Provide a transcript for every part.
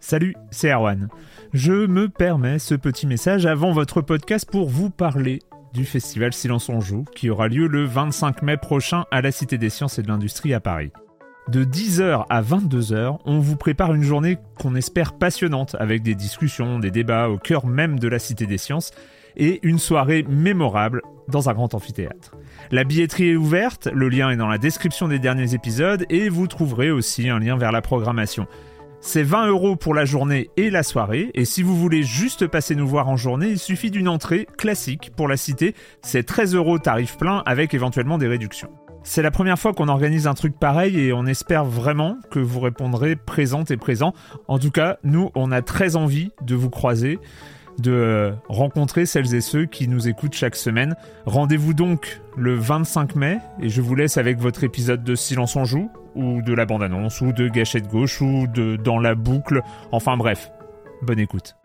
Salut, c'est Erwan. Je me permets ce petit message avant votre podcast pour vous parler du festival Silence on Joue qui aura lieu le 25 mai prochain à la Cité des Sciences et de l'Industrie à Paris. De 10h à 22h, on vous prépare une journée qu'on espère passionnante avec des discussions, des débats au cœur même de la Cité des Sciences et une soirée mémorable dans un grand amphithéâtre. La billetterie est ouverte, le lien est dans la description des derniers épisodes et vous trouverez aussi un lien vers la programmation. C'est 20 € pour la journée et la soirée, et si vous voulez juste passer nous voir en journée, il suffit d'une entrée classique pour la Cité, c'est 13 € tarif plein avec éventuellement des réductions. C'est la première fois qu'on organise un truc pareil et on espère vraiment que vous répondrez présentes et présents. En tout cas, nous, on a très envie de vous croiser, de rencontrer celles et ceux qui nous écoutent chaque semaine. Rendez-vous donc le 25 mai et je vous laisse avec votre épisode de Silence on Joue, ou de la bande-annonce, ou de Gâchette Gauche, ou de Dans la boucle. Enfin bref, bonne écoute.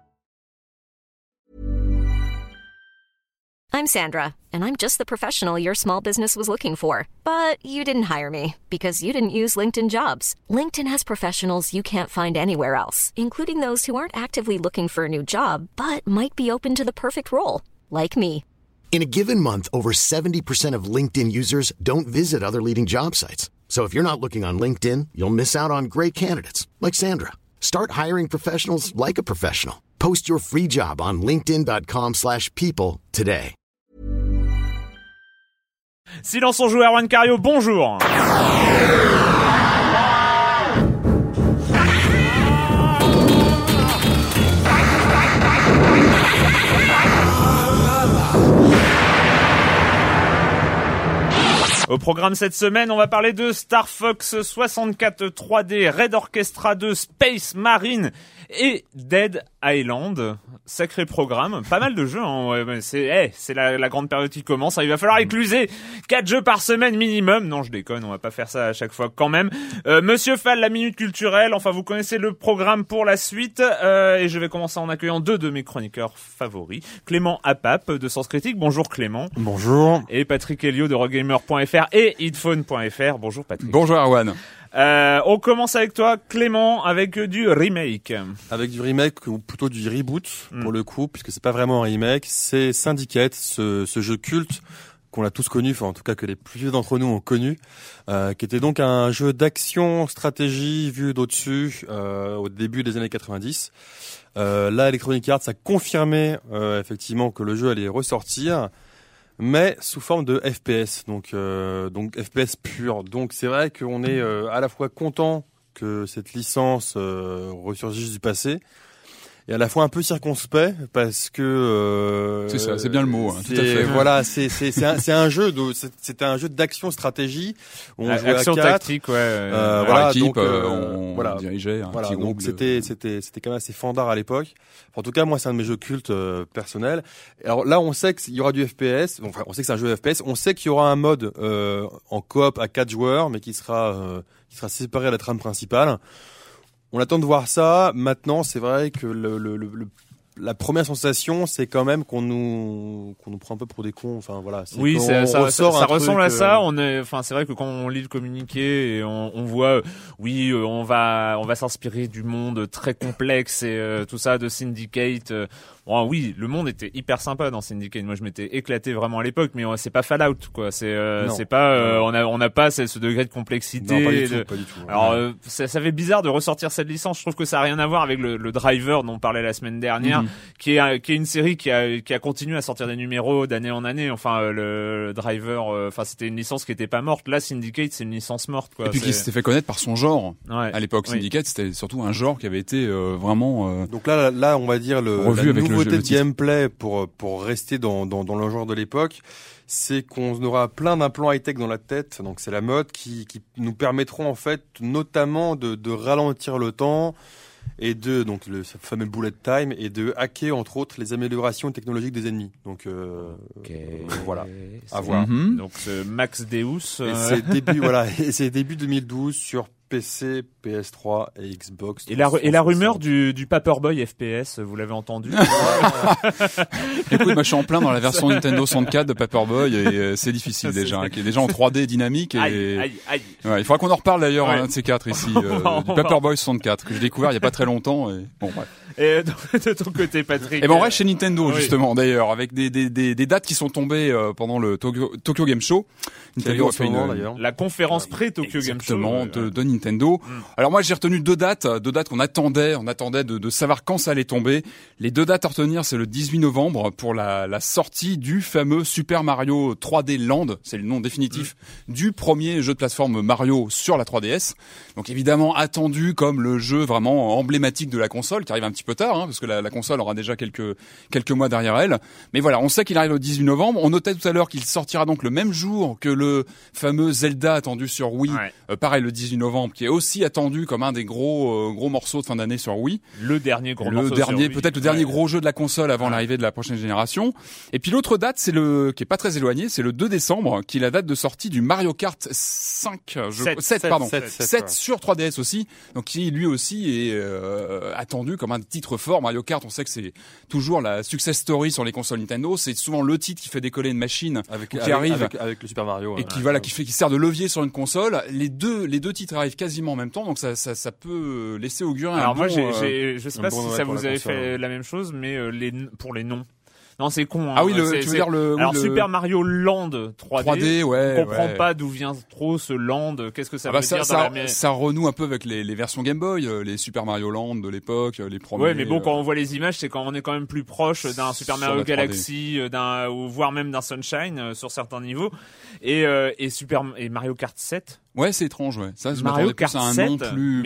I'm Sandra, and I'm just the professional your small business was looking for. But you didn't hire me, because you didn't use LinkedIn Jobs. LinkedIn has professionals you can't find anywhere else, including those who aren't actively looking for a new job, but might be open to the perfect role, like me. In a given month, over 70% of LinkedIn users don't visit other leading job sites. So if you're not looking on LinkedIn, you'll miss out on great candidates like Sandra. Start hiring professionals like a professional. Post your free job on linkedin.com/people today. Silence on Joue, Erwan Cario, bonjour. Au programme cette semaine, on va parler de Star Fox 64 3D, Red Orchestra 2, Space Marine et Dead Island. Sacré programme, pas mal de jeux, hein. Ouais, c'est la grande période qui commence, il va falloir écluser 4 jeux par semaine minimum. Non, je déconne, on va pas faire ça à chaque fois quand même. Monsieur Fall, la minute culturelle, enfin vous connaissez le programme pour la suite, et je vais commencer en accueillant deux de mes chroniqueurs favoris. Clément Apap de Sens Critique, bonjour Clément. Bonjour. Et Patrick Helio de rockgamer.fr et headphone.fr, bonjour Patrick. Bonjour Erwan. On commence avec toi Clément avec du remake. Avec du remake ou plutôt du reboot pour le coup, puisque c'est pas vraiment un remake, c'est Syndicate, ce jeu culte qu'on a tous connu, enfin en tout cas que les plus vieux d'entre nous ont connu, qui était donc un jeu d'action, stratégie vu d'au-dessus au début des années 90. Là Electronic Arts a confirmé effectivement que le jeu allait ressortir, mais sous forme de FPS, donc FPS pur. Donc c'est vrai qu'on est à la fois content que cette licence ressurgisse du passé, et à la fois un peu circonspect parce que c'est ça, c'est bien le mot, hein, tout à fait. Voilà, c'est un jeu c'était un jeu d'action stratégie où on jouait action à 4. tactique, ouais. Voilà, équipe, donc on dirigeait un petit groupe. Donc c'était quand même assez fandard à l'époque. En tout cas, moi c'est un de mes jeux cultes personnels. Alors là, on sait qu'il y aura du FPS, enfin on sait que c'est un jeu FPS, on sait qu'il y aura un mode en coop à 4 joueurs mais qui sera séparé de la trame principale. On attend de voir ça. Maintenant, c'est vrai que la première sensation, c'est quand même qu'on nous prend un peu pour des cons. Enfin voilà. Oui, ça ressemble à ça. C'est vrai que quand on lit le communiqué et on voit, on va s'inspirer du monde très complexe et tout ça de Syndicate. Oui, le monde était hyper sympa dans Syndicate. Moi, je m'étais éclaté vraiment à l'époque, mais c'est pas Fallout, quoi. C'est pas, on n'a pas ce degré de complexité. Non, pas du tout. Alors, ça fait bizarre de ressortir cette licence. Je trouve que ça a rien à voir avec le Driver dont on parlait la semaine dernière, qui est une série qui a continué à sortir des numéros d'année en année. Enfin, le Driver, c'était une licence qui était pas morte. Là, Syndicate, c'est une licence morte, quoi. Et puis qui s'était fait connaître par son genre. Ouais. À l'époque, Syndicate, c'était surtout un genre qui avait été vraiment. Donc là, on va dire la nouveauté de gameplay pour rester dans le genre de l'époque, c'est qu'on aura plein d'implants high-tech dans la tête. Donc c'est la mode qui nous permettront en fait notamment de ralentir le temps et donc le fameux bullet time, et de hacker entre autres les améliorations technologiques des ennemis. Donc voilà, à voir. Donc Max Deus. Et c'est début 2012 sur PC, PS3 et Xbox. Et la rumeur du Paperboy FPS, vous l'avez entendu? Écoute, moi je suis en plein dans la version Nintendo 64 de Paperboy et c'est difficile déjà, hein, qui est déjà en 3D dynamique et aïe. Ouais, il faudra qu'on en reparle d'ailleurs, Ouais. un de ces quatre ici, du Paperboy 64 que j'ai découvert il y a pas très longtemps et bon bref. Et de ton côté, Patrick? Et ben on reste chez Nintendo oui. justement d'ailleurs avec des dates qui sont tombées pendant le Tokyo Game Show. Nintendo a fait la conférence pré-Tokyo Game Show. Exactement, de Nintendo. Alors moi j'ai retenu deux dates qu'on attendait, de savoir quand ça allait tomber. Les deux dates à retenir, c'est le 18 novembre pour la sortie du fameux Super Mario 3D Land, c'est le nom définitif du premier jeu de plateforme Mario sur la 3DS. Donc évidemment attendu comme le jeu vraiment emblématique de la console qui arrive un petit peu tard, hein, parce que la console aura déjà quelques mois derrière elle. Mais voilà, on sait qu'il arrive le 18 novembre. On notait tout à l'heure qu'il sortira donc le même jour que le fameux Zelda attendu sur Wii, pareil le 18 novembre, qui est aussi attendu comme un des gros morceaux de fin d'année sur Wii. Le dernier gros morceau peut-être sur le dernier gros jeu de la console avant l'arrivée de la prochaine génération. Et puis l'autre date, qui est pas très éloignée, c'est le 2 décembre, qui est la date de sortie du Mario Kart 7 sur 3DS aussi, donc qui lui aussi est attendu comme un titre fort. Mario Kart, on sait que c'est toujours la success story sur les consoles Nintendo, c'est souvent le titre qui fait décoller une machine qui arrive avec le Super Mario et qui sert de levier sur une console. Les deux titres arrivent quasiment en même temps, donc ça peut laisser augurer un bon. Alors moi je sais pas si ça vous avez fait la même chose, mais pour les noms. Non, c'est con. Hein. Ah oui, tu veux dire Alors Super Mario Land 3D, ouais. On comprend pas d'où vient trop ce Land. Qu'est-ce que ça veut dire ça renoue un peu avec les versions Game Boy, les Super Mario Land de l'époque, les premiers. Ouais, mais bon, quand on voit les images, c'est quand on est quand même plus proche d'un Super Mario Galaxy, ou voire même d'un Sunshine sur certains niveaux, et Mario Kart 7. Ouais, c'est étrange, ouais. Ça, je Mario m'attendais plus à un 7, nom plus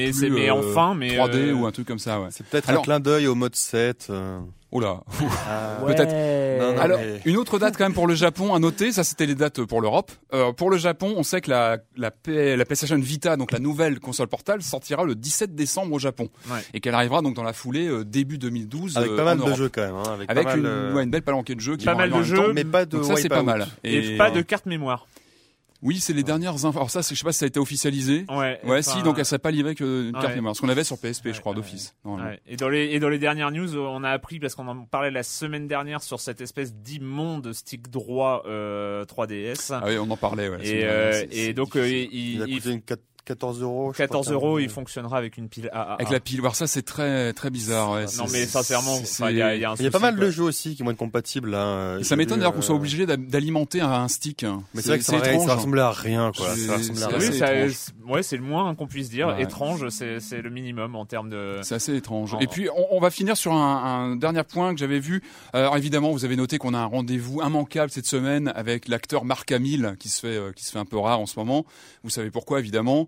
3D ou un truc comme ça, ouais. C'est peut-être un clin d'œil au mode 7. Oh là. Ouais. Peut-être. Non, alors, mais... une autre date quand même pour le Japon à noter, ça c'était les dates pour l'Europe. Pour le Japon, on sait que la PlayStation Vita, donc la nouvelle console portable, sortira le 17 décembre au Japon. Ouais. Et qu'elle arrivera donc dans la foulée début 2012 avec pas mal en Europe. De jeux quand même, hein, avec une belle palanquée de jeux qui pas vont mal de jeux, temps, mais pas de donc ça c'est pas mal. Et pas de carte mémoire. Oui, c'est les dernières infos. Alors ça, je sais pas si ça a été officialisé. Ouais, si, donc elle serait pas livrée qu'une carte mémoire. Ce qu'on avait sur PSP, je crois, d'office. Ouais. Et dans les dernières news, on a appris, parce qu'on en parlait la semaine dernière sur cette espèce d'immonde stick droit 3DS. Ah oui, on en parlait, ouais. Et donc, il a coûté 14 €. 14 €, il fonctionnera avec une pile AA. Avec la pile. Alors ça, c'est très, très bizarre, ouais. Non, mais sincèrement, il y a pas mal de jeux aussi qui vont être compatibles, là. Et ça m'étonne d'ailleurs qu'on soit obligé d'alimenter un stick. Mais c'est vrai que ça ressemblait à rien, quoi. Oui, c'est le moins qu'on puisse dire. Ouais. Étrange, c'est le minimum en termes de... C'est assez étrange. Et puis, on va finir sur un dernier point que j'avais vu. Alors évidemment, vous avez noté qu'on a un rendez-vous immanquable cette semaine avec l'acteur Mark Hamill, qui se fait un peu rare en ce moment. Vous savez pourquoi, évidemment?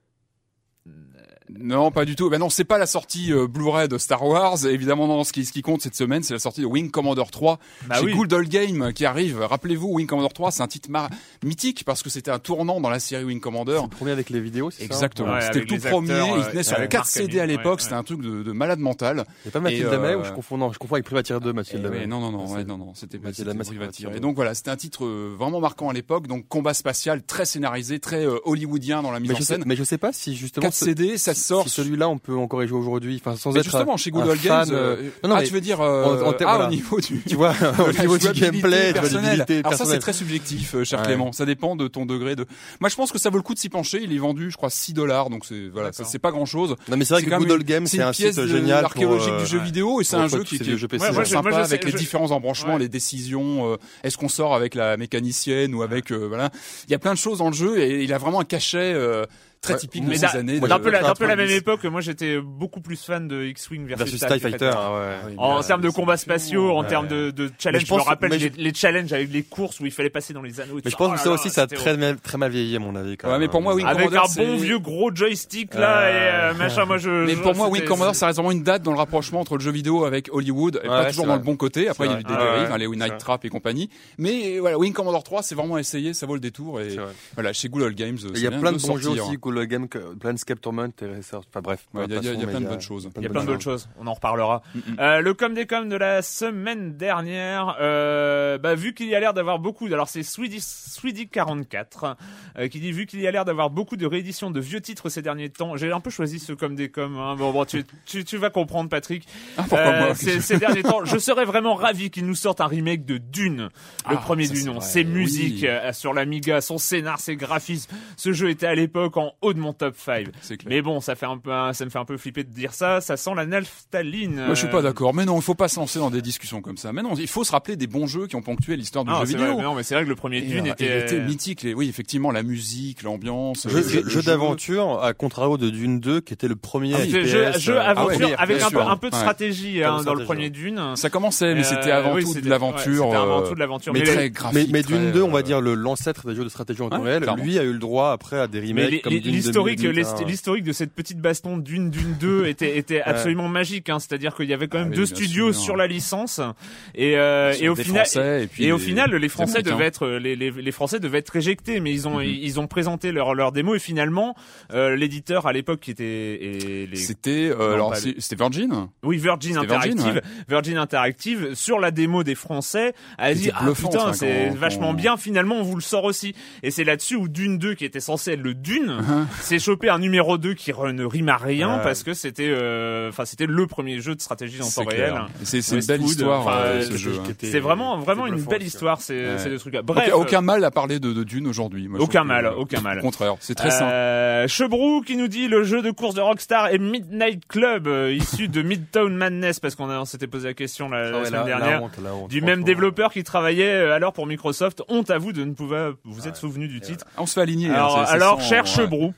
Non, pas du tout. Ben non, c'est pas la sortie Blu-ray de Star Wars. Évidemment, non. Ce qui compte cette semaine, c'est la sortie de Wing Commander 3 chez Good Old Game qui arrive. Rappelez-vous, Wing Commander 3, c'est un titre mythique parce que c'était un tournant dans la série Wing Commander. C'est le premier avec les vidéos, c'est exactement. ça. Ouais, c'était le tout premier. Il tenait sur 4 CD à l'époque. C'était un truc de malade mental. C'est pas Mathilde Amet ou je confonds avec Privateer 2, Mathilde Amet. Non, c'était Mathilde Amet. Et donc voilà, c'était un titre vraiment marquant à l'époque. Donc combat spatial, très scénarisé, très hollywoodien dans la mise en scène. Mais je sais pas si justement 4 CD, ça sort. Si celui-là, on peut encore y jouer aujourd'hui, enfin sans mais être justement chez Good Old Games. Tu veux dire au niveau du tu vois au niveau du gameplay, personnel. Alors ça c'est très subjectif, cher Clément. Ça dépend de ton degré de. Moi je pense que ça vaut le coup de s'y pencher. Il est vendu, je crois, $6, donc c'est pas grand chose. Non mais c'est vrai que Good Old Games c'est un site génial archéologique du jeu vidéo et c'est un jeu qui est sympa avec les différents embranchements, les décisions. Est-ce qu'on sort avec la mécanicienne ou avec voilà. Il y a plein de choses dans le jeu et il a vraiment un cachet très typique de ces années. D'un peu la même époque, moi j'étais beaucoup plus fan de X-Wing versus TIE Fighter. En termes de combats spatiaux, en termes de challenge, je me rappelle les challenges avec les courses où il fallait passer dans les anneaux. Mais je pense que ça aussi, ça a très mal vieilli à mon avis. Ouais, mais pour moi, Wing avec Commander, un bon vieux gros joystick là et machin, moi je. Mais pour moi, Wing Commander, ça reste vraiment une date dans le rapprochement entre le jeu vidéo avec Hollywood, et pas toujours dans le bon côté. Après, il y a eu des dérives, les Night Trap et compagnie. Mais voilà, Wing Commander 3, c'est vraiment essayé, ça vaut le détour et voilà, chez Good Old Games. Il y a plein de bons jeux aussi, le game Planescape Torment et Research. Enfin bref. Il y a plein de bonnes choses. Il y a plein de bonnes choses. On en reparlera. Le com des coms de la semaine dernière, vu qu'il y a l'air d'avoir beaucoup, alors c'est Swedish 44 qui dit vu qu'il y a l'air d'avoir beaucoup de rééditions de vieux titres ces derniers temps. J'ai un peu choisi ce com des coms. Hein. Bon, tu vas comprendre, Patrick. Pourquoi moi ces derniers temps, je serais vraiment ravi qu'ils nous sortent un remake de Dune, le premier du nom. Ses musiques sur l'Amiga, son scénar, ses graphismes. Ce jeu était à l'époque en haut de mon top 5. Mais bon, ça me fait un peu flipper de dire ça. Ça sent la naphtaline. Moi, je suis pas d'accord. Mais non, il faut pas se lancer dans des discussions comme ça. Mais non, il faut se rappeler des bons jeux qui ont ponctué l'histoire du jeu vidéo. Non, mais c'est vrai que le premier Dune était mythique. Oui, effectivement, la musique, l'ambiance. Jeu d'aventure, à contrario de Dune 2, qui était le premier jeu aventure avec un peu de stratégie dans le premier Dune. Ça commençait, mais c'était avant tout de l'aventure. C'était avant tout de l'aventure. Mais très graphique. Mais Dune 2, on va dire l'ancêtre des jeux de stratégie en temps réel, lui a eu le droit après à des remakes comme Dune 2018. L'historique de cette petite baston Dune 2 était absolument magique. C'est-à-dire qu'il y avait quand même deux studios sur la licence et au final les Français devaient être éjectés, mais ils ont présenté leur démo et finalement l'éditeur à l'époque qui était c'était Virgin. Oui, Virgin Interactive sur la démo des Français a dit putain c'est vachement bien, finalement on vous le sort aussi. Et c'est là-dessus où Dune 2 qui était censé être le Dune s'est chopé un numéro 2 qui ne rime à rien parce que c'était le premier jeu de stratégie en temps réel. C'est une belle histoire ce jeu. C'est vraiment une belle histoire ces deux trucs-là. Bref, aucun mal à parler de Dune aujourd'hui. Aucun mal. Au contraire, c'est très simple. Chebrou qui nous dit le jeu de course de Rockstar est Midnight Club issu de Midtown Madness parce qu'on s'était posé la question la semaine dernière du même développeur qui travaillait alors pour Microsoft. Honte à vous de ne pouvoir vous être souvenu du titre. On se fait aligner. Alors cher Chebrou.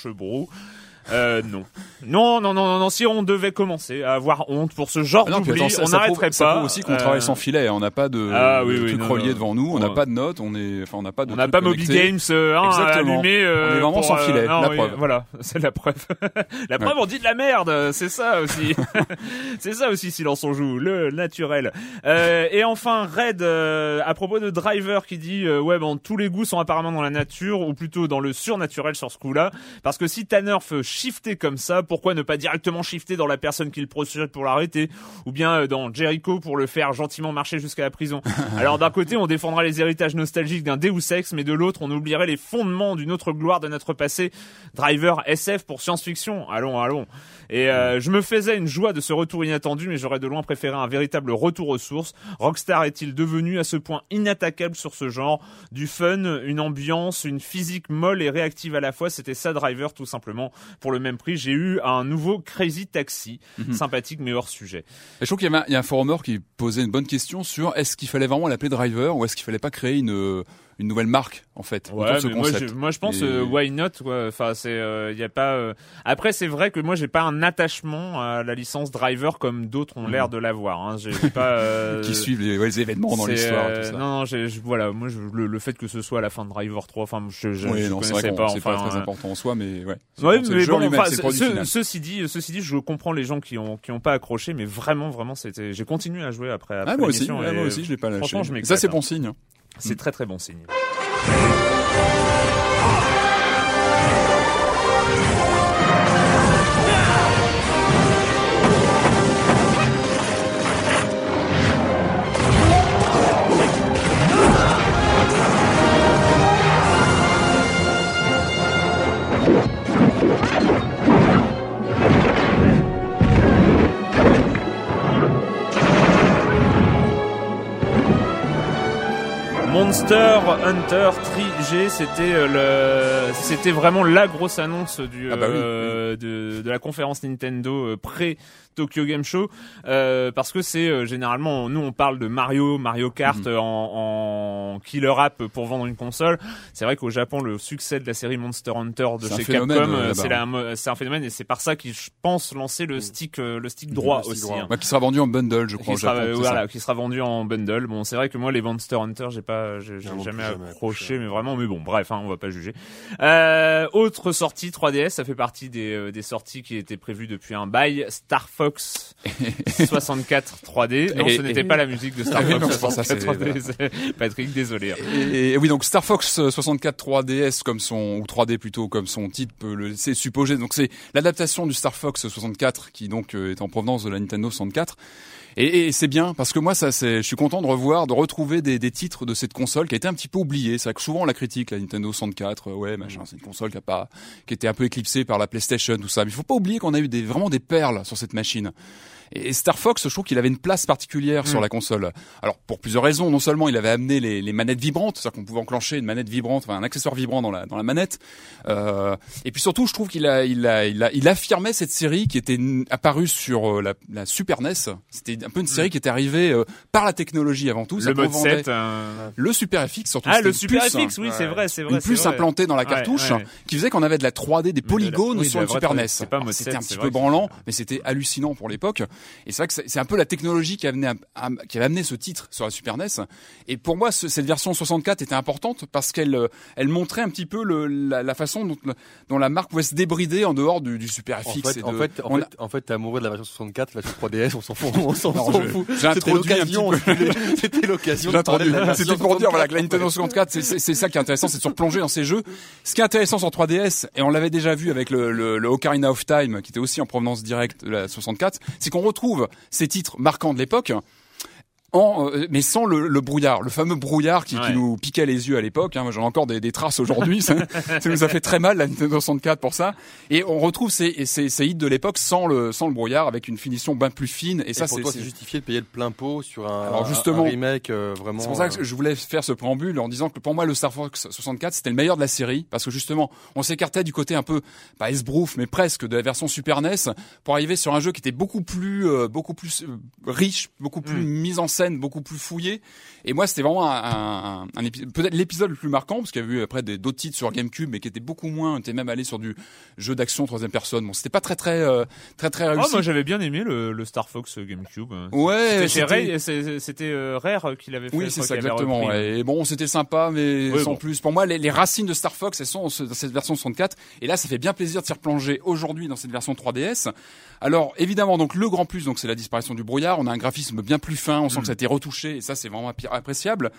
Non. Si on devait commencer à avoir honte pour ce genre d'oubli, on n'arrêterait pas. Ça prouve aussi qu'on travaille sans filet. On n'a pas de truc relié devant nous. On n'a pas de notes. On n'a pas de. On n'a pas Moby Games allumé. On est vraiment sans filet. La preuve. Voilà, c'est la preuve. La preuve, on dit de la merde. C'est ça aussi. C'est ça aussi. Silence on joue. Le naturel. Et enfin Red à propos de Driver qui dit tous les goûts sont apparemment dans la nature ou plutôt dans le surnaturel sur ce coup-là. Parce que si ta nerf shifter comme ça, pourquoi ne pas directement shifter dans la personne qui le procède pour l'arrêter, ou bien dans Jericho pour le faire gentiment marcher jusqu'à la prison. Alors d'un côté on défendra les héritages nostalgiques d'un Deus Ex, mais de l'autre on oublierait les fondements d'une autre gloire de notre passé. Driver SF pour science-fiction, allons. Et je me faisais une joie de ce retour inattendu, mais j'aurais de loin préféré un véritable retour aux sources. Rockstar est-il devenu à ce point inattaquable sur ce genre? Du fun, une ambiance, une physique molle et réactive à la fois, c'était ça Driver tout simplement. Pour le même prix, j'ai eu un nouveau Crazy Taxi, sympathique mais hors sujet. Et je trouve qu'il y a un forumeur qui posait une bonne question sur est-ce qu'il fallait vraiment l'appeler Driver ou est-ce qu'il fallait pas créer une nouvelle marque en fait. Ouais, mais moi je pense why not quoi. Enfin y a pas après c'est vrai que moi j'ai pas un attachement à la licence Driver comme d'autres ont l'air de l'avoir hein. J'ai pas qui suivent les événements dans l'histoire tout ça. Non, voilà, moi le fait que ce soit à la fin de Driver 3, enfin je connaissais pas, c'est pas très important en soi mais ouais. Ouais, mais bon, ceci dit, je comprends les gens qui ont pas accroché, mais vraiment j'ai continué à jouer après moi aussi je l'ai pas lâché. Franchement, je m'éclate. Ça c'est bon signe. C'est très très bon signe. Monster Hunter 3G, c'était vraiment la grosse annonce de la conférence Nintendo pré-Tokyo Game Show, parce que c'est généralement, nous on parle de Mario Kart en killer app pour vendre une console. C'est vrai qu'au Japon le succès de la série Monster Hunter de chez Capcom, c'est un phénomène et c'est par ça qu'ils je pense lancer le stick droit aussi. Hein. Qui sera vendu en bundle, je crois. Qui sera vendu en bundle. Bon, c'est vrai que moi les Monster Hunter j'ai jamais accroché, mais bon, bref, on va pas juger. Autre sortie 3DS, ça fait partie des sorties qui étaient prévues depuis un bail. Star Fox Fox 64 3D. Non, ce n'était pas la musique de Star Fox 64 3D. Patrick, désolé. Et oui, donc Star Fox 64 3DS ou 3D plutôt, comme son titre peut le laisser supposer. Donc c'est l'adaptation du Star Fox 64 qui donc est en provenance de la Nintendo 64. Et c'est bien parce que moi je suis content de retrouver des titres de cette console qui a été un petit peu oubliée. C'est vrai que souvent on la critique, la Nintendo 64, c'est une console qui était un peu éclipsée par la PlayStation, tout ça. Mais il faut pas oublier qu'on a eu vraiment des perles sur cette machine. Et Star Fox, je trouve qu'il avait une place particulière sur la console. Alors pour plusieurs raisons, non seulement il avait amené les manettes vibrantes, c'est-à-dire qu'on pouvait enclencher une manette vibrante, un accessoire vibrant dans la manette. Et puis surtout, je trouve qu'il affirmait cette série qui était apparue sur la Super NES. C'était un peu une série qui était arrivée par la technologie avant tout. Le mode 7, le Super FX surtout. Ah, le Super FX, oui, c'est vrai. Une puce implantée dans la cartouche qui faisait qu'on avait de la 3D, des polygones sur le Super NES. C'était un petit peu branlant, mais c'était hallucinant pour l'époque. Et c'est vrai que c'est un peu la technologie qui avait amené ce titre sur la Super NES. Et pour moi, cette version 64 était importante parce qu'elle montrait un petit peu la façon dont la marque pouvait se débrider en dehors du Super FX. En fait, t'es amoureux de la version 64, la 3DS, on s'en fout. J'ai introduit c'était l'occasion. C'était pour dire que la Nintendo 64, c'est ça qui est intéressant, c'est de se replonger dans ces jeux. Ce qui est intéressant sur 3DS, et on l'avait déjà vu avec le Ocarina of Time, qui était aussi en provenance directe de la 64, c'est qu'on retrouve ces titres marquants de l'époque, mais sans le brouillard, le fameux brouillard qui nous piquait les yeux à l'époque. Moi, j'en ai encore des traces aujourd'hui. Ça nous a fait très mal la Nintendo 64 pour ça. Et on retrouve ces hits de l'époque sans le brouillard, avec une finition bien plus fine. Et ça, pour toi, c'est justifié de payer le plein pot sur un remake vraiment. C'est pour ça que je voulais faire ce préambule en disant que pour moi, le Star Fox 64, c'était le meilleur de la série parce que justement, on s'écartait du côté un peu pas esbrouf, mais presque de la version Super NES pour arriver sur un jeu qui était beaucoup plus riche, beaucoup plus mis en scène, beaucoup plus fouillé. Et moi, c'était vraiment un peut-être l'épisode le plus marquant parce qu'il y a eu après d'autres titres sur GameCube, mais qui étaient beaucoup moins. On était même allé sur du jeu d'action troisième personne. Bon, c'était pas très réussi. Moi, j'avais bien aimé le Star Fox GameCube. Ouais, c'était Rare qui l'avait fait. Oui, c'est ça exactement. Ouais. Et bon, c'était sympa, mais sans plus. Pour moi, les racines de Star Fox, elles sont dans cette version 64. Et là, ça fait bien plaisir de s'y replonger aujourd'hui dans cette version 3DS. Alors, évidemment, donc le grand plus, donc c'est la disparition du brouillard. On a un graphisme bien plus fin. On sent que ça a été retouché et ça, c'est vraiment appréciable.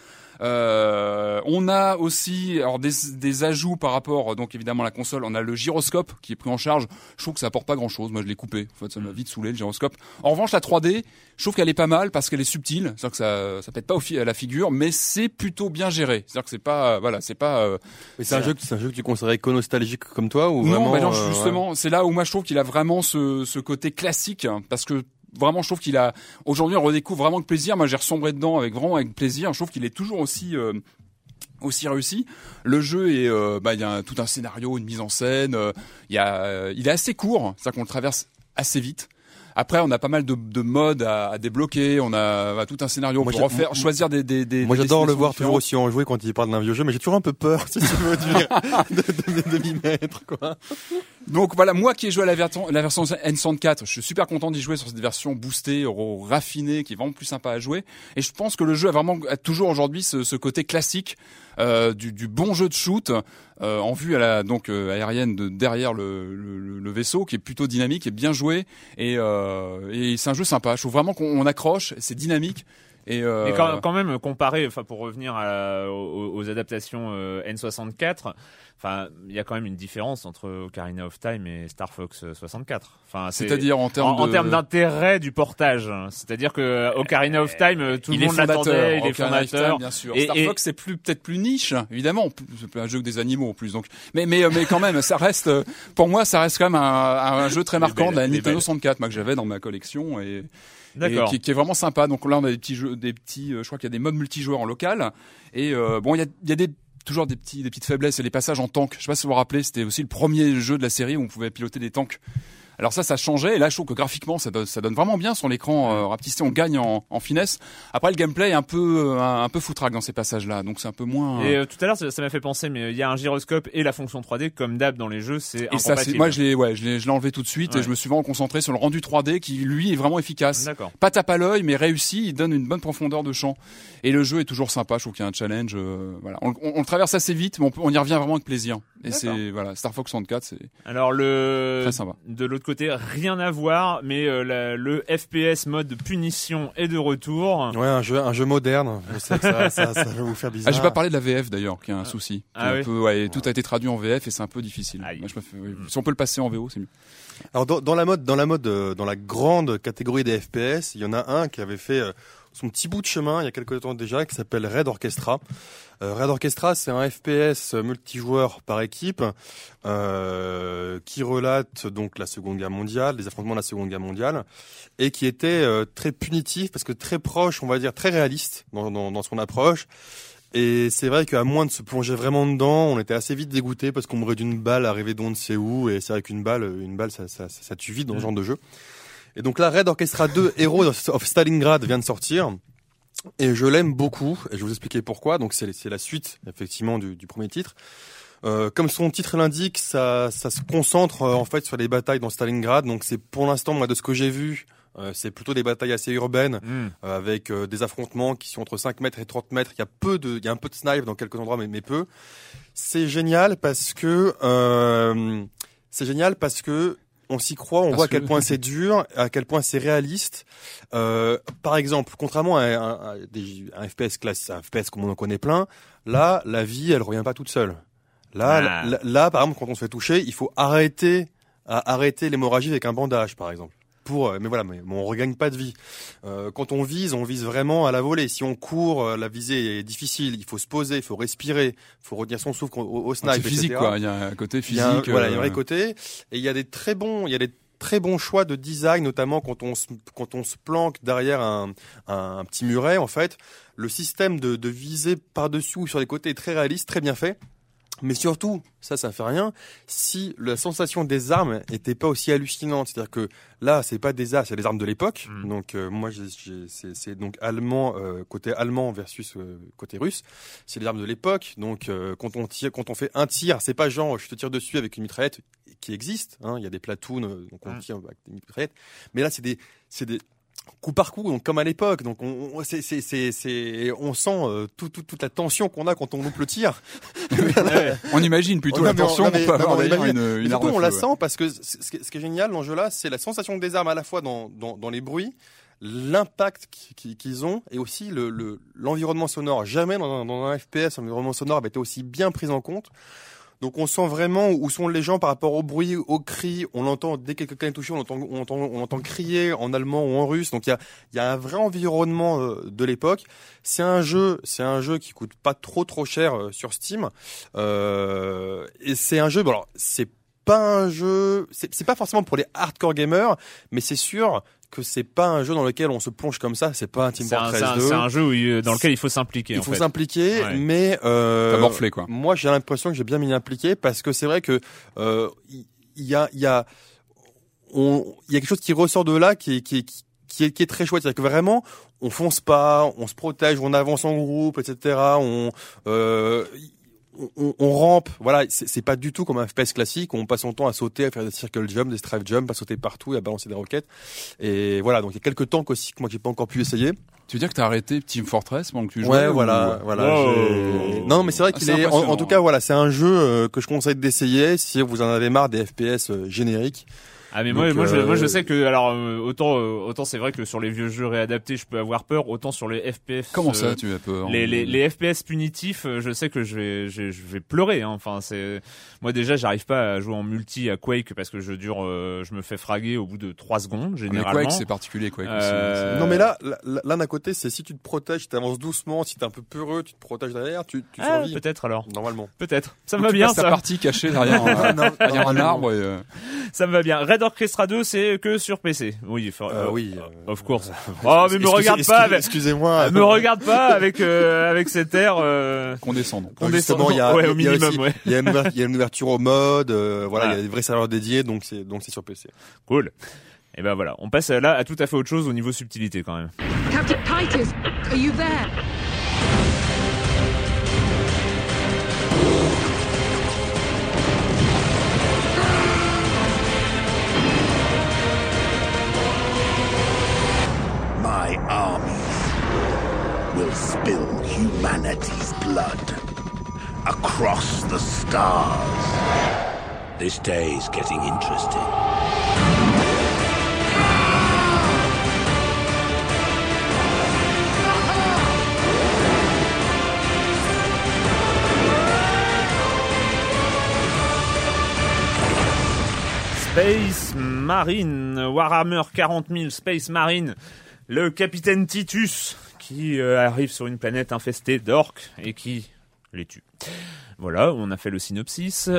On a aussi des ajouts par rapport, donc évidemment, à la console. On a le gyroscope qui est pris en charge. Je trouve que ça apporte pas grand-chose. Moi, je l'ai coupé. En fait, ça m'a vite saoulé le gyroscope. En revanche, la 3D, je trouve qu'elle est pas mal parce qu'elle est subtile. C'est-à-dire que ça pète pas à la figure, mais c'est plutôt bien géré. C'est-à-dire que c'est pas. Mais c'est un jeu que tu considérais iconostalgique comme toi ou non, vraiment, non, justement, c'est là où moi je trouve qu'il a vraiment ce côté classique parce que. Vraiment, je trouve qu'il a aujourd'hui on redécouvre vraiment le plaisir. Moi, j'ai ressombré dedans avec plaisir. Je trouve qu'il est toujours aussi réussi. Le jeu est, il y a tout un scénario, une mise en scène. Il est assez court, c'est-à-dire qu'on le traverse assez vite. Après, on a pas mal de modes à débloquer. On a tout un scénario pour choisir des. Moi, j'adore le voir toujours aussi enjoué quand il parle d'un vieux jeu, mais j'ai toujours un peu peur, si tu veux dire, de m'y mettre, quoi. Donc voilà, moi qui ai joué à la version N64, je suis super content d'y jouer sur cette version boostée, raffinée, qui est vraiment plus sympa à jouer. Et je pense que le jeu a toujours aujourd'hui ce côté classique du bon jeu de shoot en vue aérienne derrière le vaisseau, qui est plutôt dynamique et bien joué. Et c'est un jeu sympa. Je trouve vraiment qu'on accroche, c'est dynamique. Et quand même comparé, pour revenir aux adaptations N64. Il y a quand même une différence entre Ocarina of Time et Star Fox 64. C'est-à-dire en termes d'intérêt du portage. C'est-à-dire que Ocarina of Time, tout le monde l'attendait, il est fondateur. Bien sûr. Star Fox, c'est peut-être plus niche, évidemment. C'est un jeu des animaux en plus. Donc, mais quand même, ça reste, pour moi, ça reste quand même un jeu très marquant de la Nintendo 64, moi que j'avais dans ma collection et qui est vraiment sympa. Donc là, on a des petits jeux, je crois qu'il y a des modes multijoueurs en local. Et il y a toujours des petites faiblesses et les passages en tank. Je sais pas si vous vous rappelez, c'était aussi le premier jeu de la série où on pouvait piloter des tanks. Alors ça changeait, et là je trouve que graphiquement ça donne vraiment bien sur l'écran rapetisté, on gagne en finesse. Après le gameplay est un peu foutraque dans ces passages-là, donc c'est un peu moins. Et tout à l'heure ça m'a fait penser, mais il y a un gyroscope et la fonction 3D comme d'hab dans les jeux, c'est incompatible. Et ça, moi je l'ai enlevé tout de suite et je me suis vraiment concentré sur le rendu 3D qui lui est vraiment efficace. D'accord. Pas tape à l'œil, mais réussi, il donne une bonne profondeur de champ. Et le jeu est toujours sympa, je trouve qu'il y a un challenge. Voilà, on le traverse assez vite, mais on y revient vraiment avec plaisir. Et c'est Star Fox 64, c'est. Alors très sympa. De l'autre côté, rien à voir, mais le FPS mode punition est de retour. Ouais, un jeu moderne. Je sais que ça va vous faire bizarre. J'ai pas parlé de la VF d'ailleurs, qui est un souci. Oui. Tout a été traduit en VF et c'est un peu difficile. Moi, si on peut le passer en VO, c'est mieux. Alors dans la grande catégorie des FPS, il y en a un qui avait fait son petit bout de chemin il y a quelques temps déjà, qui s'appelle Raid Orchestra. Raid Orchestra, c'est un FPS multijoueur par équipe qui relate donc la Seconde Guerre mondiale, les affrontements de la Seconde Guerre mondiale, et qui était très punitif parce que très proche, on va dire très réaliste dans son approche. Et c'est vrai qu'à moins de se plonger vraiment dedans, on était assez vite dégoûté parce qu'on mourait d'une balle arrivée d'on ne sait où, et c'est vrai qu'une balle ça tue vite dans ce genre de jeu. Et donc là, Raid Orchestra 2 Heroes of Stalingrad vient de sortir. Et je l'aime beaucoup, et je vais vous expliquer pourquoi. Donc c'est la suite, effectivement, du premier titre. Comme son titre l'indique, ça se concentre en fait sur les batailles dans Stalingrad. Donc c'est pour l'instant, moi, de ce que j'ai vu, c'est plutôt des batailles assez urbaines, avec des affrontements qui sont entre 5 mètres et 30 mètres. Il y a un peu de snipe dans quelques endroits, mais peu. C'est génial parce que on s'y croit, on voit à quel point c'est dur, à quel point c'est réaliste. Par exemple, contrairement à un FPS classe, un FPS comme on en connaît plein, là, la vie, elle revient pas toute seule. Là, par exemple, quand on se fait toucher, il faut arrêter l'hémorragie avec un bandage, par exemple. Mais on regagne pas de vie. Quand on vise vraiment à la volée. Si on court, la visée est difficile. Il faut se poser, il faut respirer, il faut retenir son souffle au snipe. C'est physique, etc. quoi. Il y a un côté physique. Il y a un vrai côté. Et il y a des très bons choix de design, notamment quand on se planque derrière un petit muret. En fait, le système de visée par-dessus ou sur les côtés est très réaliste, très bien fait. Mais surtout, ça fait rien si la sensation des armes était pas aussi hallucinante. C'est-à-dire que là, c'est pas des armes, c'est des armes de l'époque. Donc moi, c'est donc allemand, côté allemand versus côté russe. C'est les armes de l'époque. Donc quand on fait un tir, c'est pas genre je te tire dessus avec une mitraillette qui existe. Hein, il y a des platoons, donc on tire avec des mitraillettes. Mais là, c'est des coup par coup, donc comme à l'époque. Donc on sent toute la tension qu'on a quand on loupe le tir. On imagine plutôt la tension qu'on peut avoir derrière une arme. On la sent parce que ce qui est génial dans ce jeu-là, c'est la sensation des armes à la fois dans les bruits, l'impact qu'ils ont, et aussi l'environnement sonore. Jamais dans un FPS, l'environnement sonore avait été aussi bien pris en compte. Donc on sent vraiment où sont les gens par rapport au bruit, au cri. On l'entend dès que quelqu'un est touché, on entend crier en allemand ou en russe. Donc il y a un vrai environnement de l'époque. C'est un jeu qui coûte pas trop cher sur Steam. Et c'est un jeu. Bon, alors c'est pas un jeu. C'est pas forcément pour les hardcore gamers, mais c'est sûr que c'est pas un jeu dans lequel on se plonge comme ça, c'est pas un Team Fortress 2. C'est un jeu dans lequel il faut s'impliquer. Il faut s'impliquer, ouais. Mais t'as morflé, quoi. Moi, j'ai l'impression que j'ai bien m'y impliqué parce que c'est vrai que il y a quelque chose qui ressort de là qui est très chouette, c'est-à-dire que vraiment on fonce pas, on se protège, on avance en groupe, etc. On rampe, voilà, c'est pas du tout comme un FPS classique où on passe son temps à sauter, à faire des circle jump, des strafe jump, à sauter partout et à balancer des roquettes. Et voilà, donc il y a quelques tanks aussi que moi j'ai pas encore pu essayer. Tu veux dire que t'as arrêté Team Fortress pendant que tu jouais? Ouais, voilà. Wow. Non, mais c'est vrai qu'il est, en tout cas, voilà, c'est un jeu que je conseille d'essayer si vous en avez marre des FPS génériques. Ah mais moi je sais que alors autant c'est vrai que sur les vieux jeux réadaptés je peux avoir peur, autant sur les FPS. Comment ça tu as peur? Les FPS punitifs, je sais que je vais pleurer, hein. Enfin c'est moi déjà j'arrive pas à jouer en multi à Quake parce que je me fais fraguer au bout de 3 secondes généralement. Mais Quake c'est particulier, Quake aussi. Non mais là d'un côté c'est si tu te protèges, tu avances doucement, si t'es un peu peureux, tu te protèges derrière, tu survis. Peut-être alors. Normalement. Peut-être. Ça me va bien ça. Ta partie cachée derrière un arbre. Ça me va bien. Raid Orchestra 2, c'est que sur PC. Oui, oui. Of course. Oh, mais me regarde pas. Excusez-moi. Me regarde pas avec cet air condescendant. Justement, il y a au minimum, ouais. Il y a une ouverture au mode. Voilà, il y a des vrais serveurs dédiés, donc c'est sur PC. Cool. Et ben voilà, on passe là à tout à fait autre chose au niveau subtilité quand même. Captain Titus, are you there? My armies will spill humanity's blood across the stars. This day's getting interesting. Marine, Warhammer 40 000 Space Marine, le capitaine Titus qui arrive sur une planète infestée d'orques et qui les tue. Voilà, on a fait le synopsis.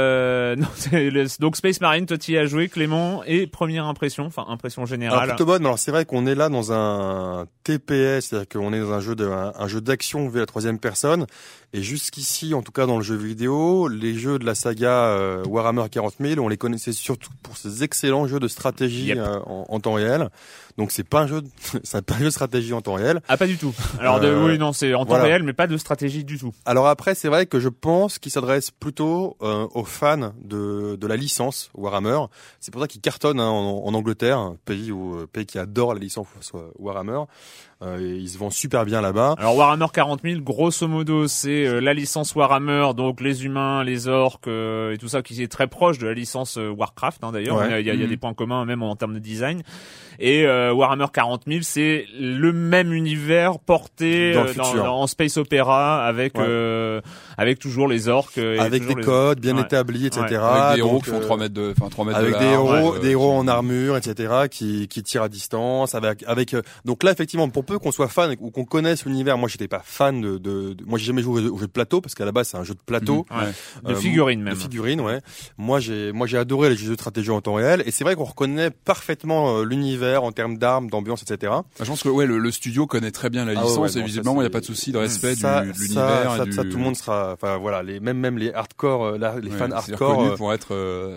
Donc Space Marine, toi tu y as joué, Clément, et première impression, enfin impression générale. Alors plutôt bonne, mais alors c'est vrai qu'on est là dans un TPS, c'est-à-dire qu'on est dans un jeu d'action vu à la troisième personne. Et jusqu'ici, en tout cas dans le jeu vidéo, les jeux de la saga Warhammer 40 000, on les connaissait surtout pour ces excellents jeux de stratégie en temps réel. Donc c'est pas un jeu de stratégie en temps réel. Ah, pas du tout. Alors oui, non, c'est en temps réel, mais pas de stratégie du tout. Alors après, c'est vrai que je pense qu'il s'adresse plutôt aux fans de la licence Warhammer. C'est pour ça qu'il cartonne en Angleterre, un pays qui adore la licence Warhammer. Il se vend super bien là-bas. Alors Warhammer 40 000, grosso modo, c'est la licence Warhammer, donc les humains, les orques et tout ça, qui est très proche de la licence Warcraft. D'ailleurs, ouais. Il y a des points communs même en termes de design. Et Warhammer 40 000, c'est le même univers porté en space opéra avec toujours les orques, avec des codes bien établis, etc. Avec des héros qui font 3 mètres de avec large, des héros en armure, etc. qui tirent à distance. Avec donc là effectivement, pour peu qu'on soit fan ou qu'on connaisse l'univers, moi j'étais pas fan moi j'ai jamais joué au jeu de plateau parce qu'à la base c'est un jeu de plateau, de figurines même. De figurines, ouais. Moi j'ai adoré les jeux de stratégie en temps réel et c'est vrai qu'on reconnaît parfaitement l'univers en termes d'armes, d'ambiance, etc. Je pense que le studio connaît très bien la licence et visiblement il n'y a pas de souci de respect de l'univers. Ça, tout le monde sera, enfin voilà, même les hardcore, les fans hardcore, connus pour être,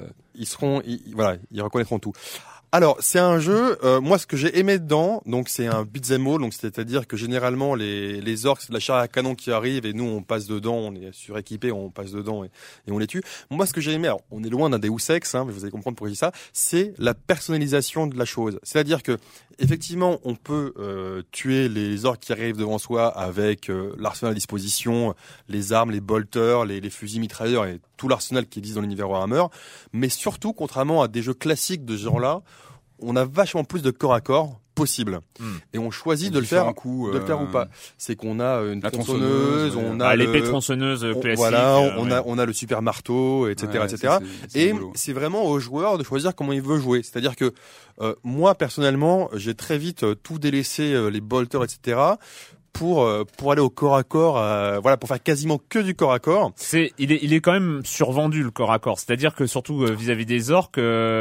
ils reconnaîtront tout. Alors, c'est un jeu, moi ce que j'ai aimé dedans, donc c'est un beat'em all, donc c'est-à-dire que généralement les orques, c'est de la chair à canon qui arrive et nous on passe dedans, on est suréquipé, on passe dedans et on les tue. Moi ce que j'ai aimé, alors on est loin d'un Deus Ex, mais vous allez comprendre pourquoi je dis ça, c'est la personnalisation de la chose. C'est-à-dire que effectivement on peut tuer les orques qui arrivent devant soi avec l'arsenal à disposition, les armes, les bolters, les fusils mitrailleurs et tout l'arsenal qui existe dans l'univers Warhammer, mais surtout contrairement à des jeux classiques de ce genre-là, on a vachement plus de corps à corps possible et on choisit de le faire ou pas. C'est qu'on a une tronçonneuse, on a l'épée tronçonneuse classique. Voilà, on a le super marteau, etc., etc. Et c'est vraiment au joueur de choisir comment il veut jouer. C'est-à-dire que moi personnellement, j'ai très vite tout délaissé, les bolters, etc. pour aller au corps à corps, pour faire quasiment que du corps à corps. Il est quand même survendu le corps à corps. C'est-à-dire que surtout vis-à-vis des orques,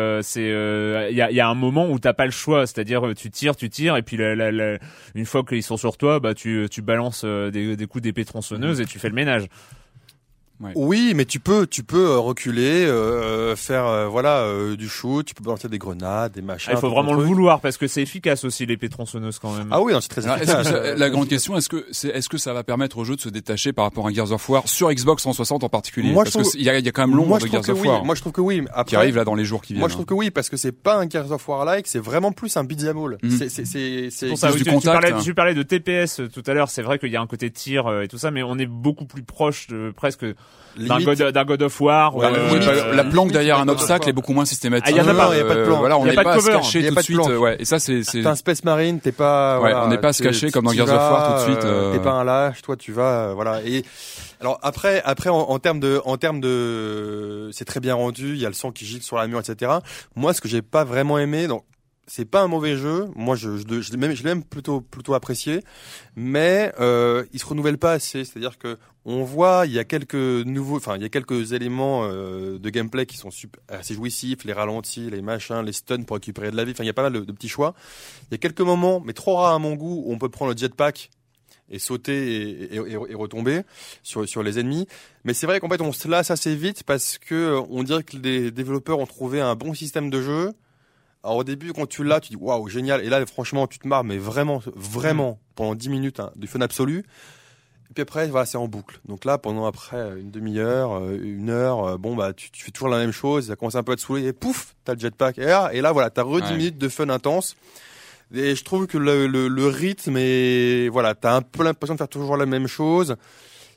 il y a un moment où t'as pas le choix. C'est-à-dire tu tires et puis une fois qu'ils sont sur toi, tu balances des coups d'épée tronçonneuse et tu fais le ménage. Ouais. Oui, mais tu peux reculer, faire du shoot, tu peux balancer des grenades, des machins. Il faut vraiment le vouloir parce que c'est efficace aussi l'épée tronçonneuse quand même. Ah oui, non, c'est très efficace. La grande question, est-ce que ça va permettre au jeu de se détacher par rapport à Gears of War sur Xbox 360 en particulier? Parce qu'il y a quand même l'ombre de Gears of War. Moi je trouve que oui. Après, qui arrive là dans les jours qui viennent. Moi je trouve que oui parce que c'est pas un Gears of War like, c'est vraiment plus un beat'em all. C'est pour ça. Du contact. Tu parlais de TPS tout à l'heure. C'est vrai qu'il y a un côté tir et tout ça, mais on est beaucoup plus proche de presque d'un God of War. La planque derrière un obstacle est beaucoup moins systématique. Il y a pas de plan. Voilà, on n'est pas à se cacher tout de suite. Ouais, et ça c'est. T'es un Space Marine, t'es pas. On n'est pas à se cacher comme dans Gears of War tout de suite. T'es pas un lâche, toi tu vas, voilà. Et alors après en termes de, c'est très bien rendu. Il y a le sang qui gicle sur la mur, etc. Moi, ce que j'ai pas vraiment aimé, donc c'est pas un mauvais jeu. Moi, je l'ai même plutôt apprécié, mais il se renouvelle pas assez. C'est-à-dire que on voit, il y a quelques éléments de gameplay qui sont assez jouissifs, les ralentis, les machins, les stuns pour récupérer de la vie. Enfin, il y a pas mal de petits choix. Il y a quelques moments, mais trop rares à mon goût, où on peut prendre le jetpack et sauter et retomber sur les ennemis. Mais c'est vrai qu'en fait, on se lasse assez vite parce que on dirait que les développeurs ont trouvé un bon système de jeu. Alors au début, quand tu l'as, tu dis waouh, génial. Et là, franchement, tu te marres, mais vraiment, pendant 10 minutes, du fun absolu. Et puis après, voilà, c'est en boucle. Donc là, pendant une demi-heure, une heure, tu fais toujours la même chose. Ça commence un peu à te saouler et pouf, t'as le jetpack. Et là, voilà, t'as 10 minutes de fun intense. Et je trouve que le rythme est, voilà, t'as un peu l'impression de faire toujours la même chose.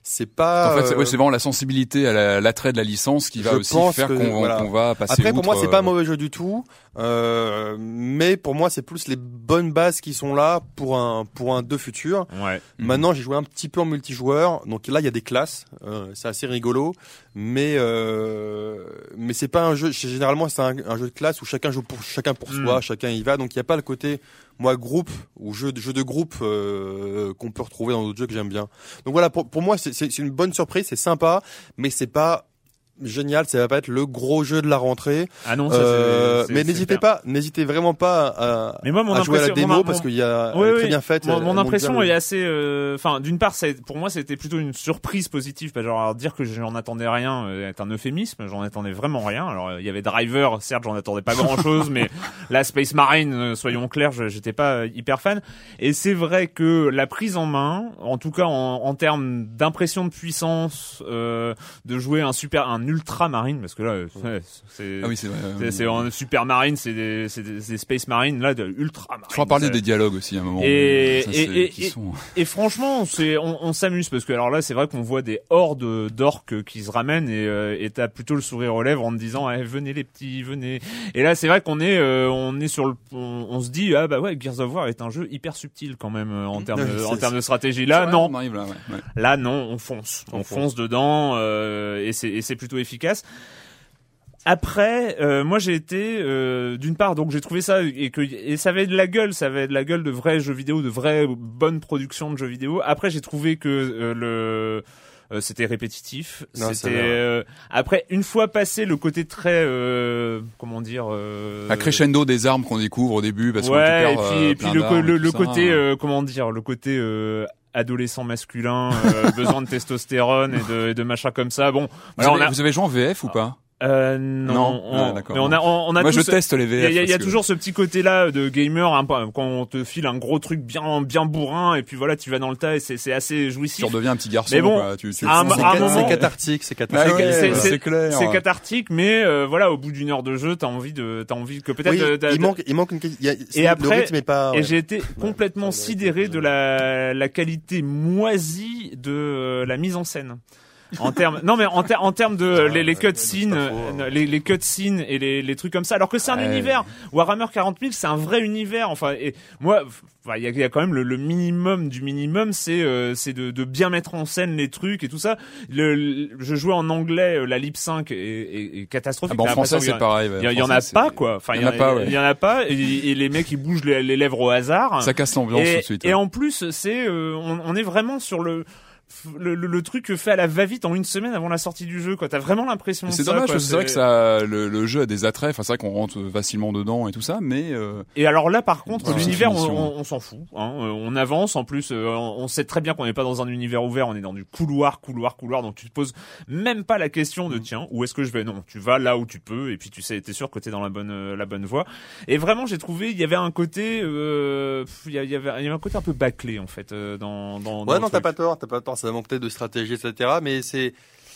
c'est pas. En fait, c'est vraiment la sensibilité à l'attrait de la licence qui va aussi faire qu'on va passer. Après, pour outre, moi, c'est pas un mauvais jeu du tout, mais pour moi, c'est plus les bonnes bases qui sont là pour un 2 futur. Ouais. Maintenant, j'ai joué un petit peu en multijoueur, donc là, il y a des classes, c'est assez rigolo, mais c'est pas un jeu. Généralement, c'est un jeu de classe où chacun joue pour soi, chacun y va, donc il y a pas le côté groupe ou jeu de groupe qu'on peut retrouver dans d'autres jeux que j'aime bien. Donc voilà, pour moi c'est une bonne surprise, c'est sympa, mais c'est pas génial, ça va pas être le gros jeu de la rentrée. Ah non, mais n'hésitez vraiment pas à jouer à la démo parce qu'il y a elle est très bien faite. Mon impression est assez, d'une part, pour moi, c'était plutôt une surprise positive, pas genre dire que j'en attendais rien est un euphémisme, j'en attendais vraiment rien. Alors il y avait Driver, certes, j'en attendais pas grand chose, mais la Space Marine, soyons clairs, j'étais pas hyper fan. Et c'est vrai que la prise en main, en tout cas en termes d'impression de puissance, de jouer un ultra marine, parce que là c'est un super marine, c'est des space marines là, de ultra marine. Il faudra parler des dialogues aussi à un moment. Et franchement, on s'amuse parce que alors là c'est vrai qu'on voit des hordes d'orques qui se ramènent et t'as plutôt le sourire aux lèvres en te disant venez les petits, venez. Et là c'est vrai qu'on est sur on se dit Gears of War est un jeu hyper subtil quand même en termes de stratégie. Là non, là non, on fonce dedans et c'est plutôt efficace. Après, moi j'ai été d'une part, donc j'ai trouvé ça et ça avait de la gueule, de vrais jeux vidéo, de vraies bonnes productions de jeux vidéo. Après, j'ai trouvé que c'était répétitif. Après, une fois passé le côté très la crescendo des armes qu'on découvre au début parce qu'on récupère et puis le côté adolescent masculin, besoin de testostérone et de machin comme ça. Bon, vous avez joué en VF ou pas? Non. D'accord. Mais on a moi tous, je teste les VF. Il y a toujours ce petit côté là de gamer quand on te file un gros truc bien bourrin et puis voilà, tu vas dans le tas et c'est assez jouissif. Tu redeviens un petit garçon. Mais bon, quoi. C'est cathartique, c'est clair. C'est cathartique, mais voilà, au bout d'une heure de jeu, t'as envie que peut-être. Il manque et après, le rythme est pas. Et j'ai été complètement sidéré de la qualité moisie de la mise en scène. En termes de les cutscenes, les cutscenes et les trucs comme ça. Alors que c'est un univers. Warhammer 40 000, c'est un vrai univers. Enfin, et moi, il y a quand même le minimum du minimum, c'est de bien mettre en scène les trucs et tout ça. Je jouais en anglais, la lip sync est catastrophique. En français, c'est pareil. Il y en a pas, quoi. Enfin, il y en a pas. Et les mecs, ils bougent les lèvres au hasard. Ça casse l'ambiance tout de suite. Et en plus, on est vraiment sur le truc fait à la va-vite en une semaine avant la sortie du jeu, quoi. T'as vraiment l'impression de ça. C'est dommage, parce que c'est vrai que ça, le jeu a des attraits. Enfin, c'est vrai qu'on rentre facilement dedans et tout ça, mais. Et alors là, par contre, l'univers, on s'en fout. Hein. On avance. En plus, on sait très bien qu'on n'est pas dans un univers ouvert. On est dans du couloir. Donc tu te poses même pas la question de tiens, où est-ce que je vais. Non, tu vas là où tu peux. Et puis t'es sûr que t'es dans la bonne voie. Et vraiment, j'ai trouvé, il y avait un côté, il y avait un côté un peu bâclé en fait dans. Ouais, non, t'as pas tort. Ça manque peut-être de stratégie, etc. Mais c'est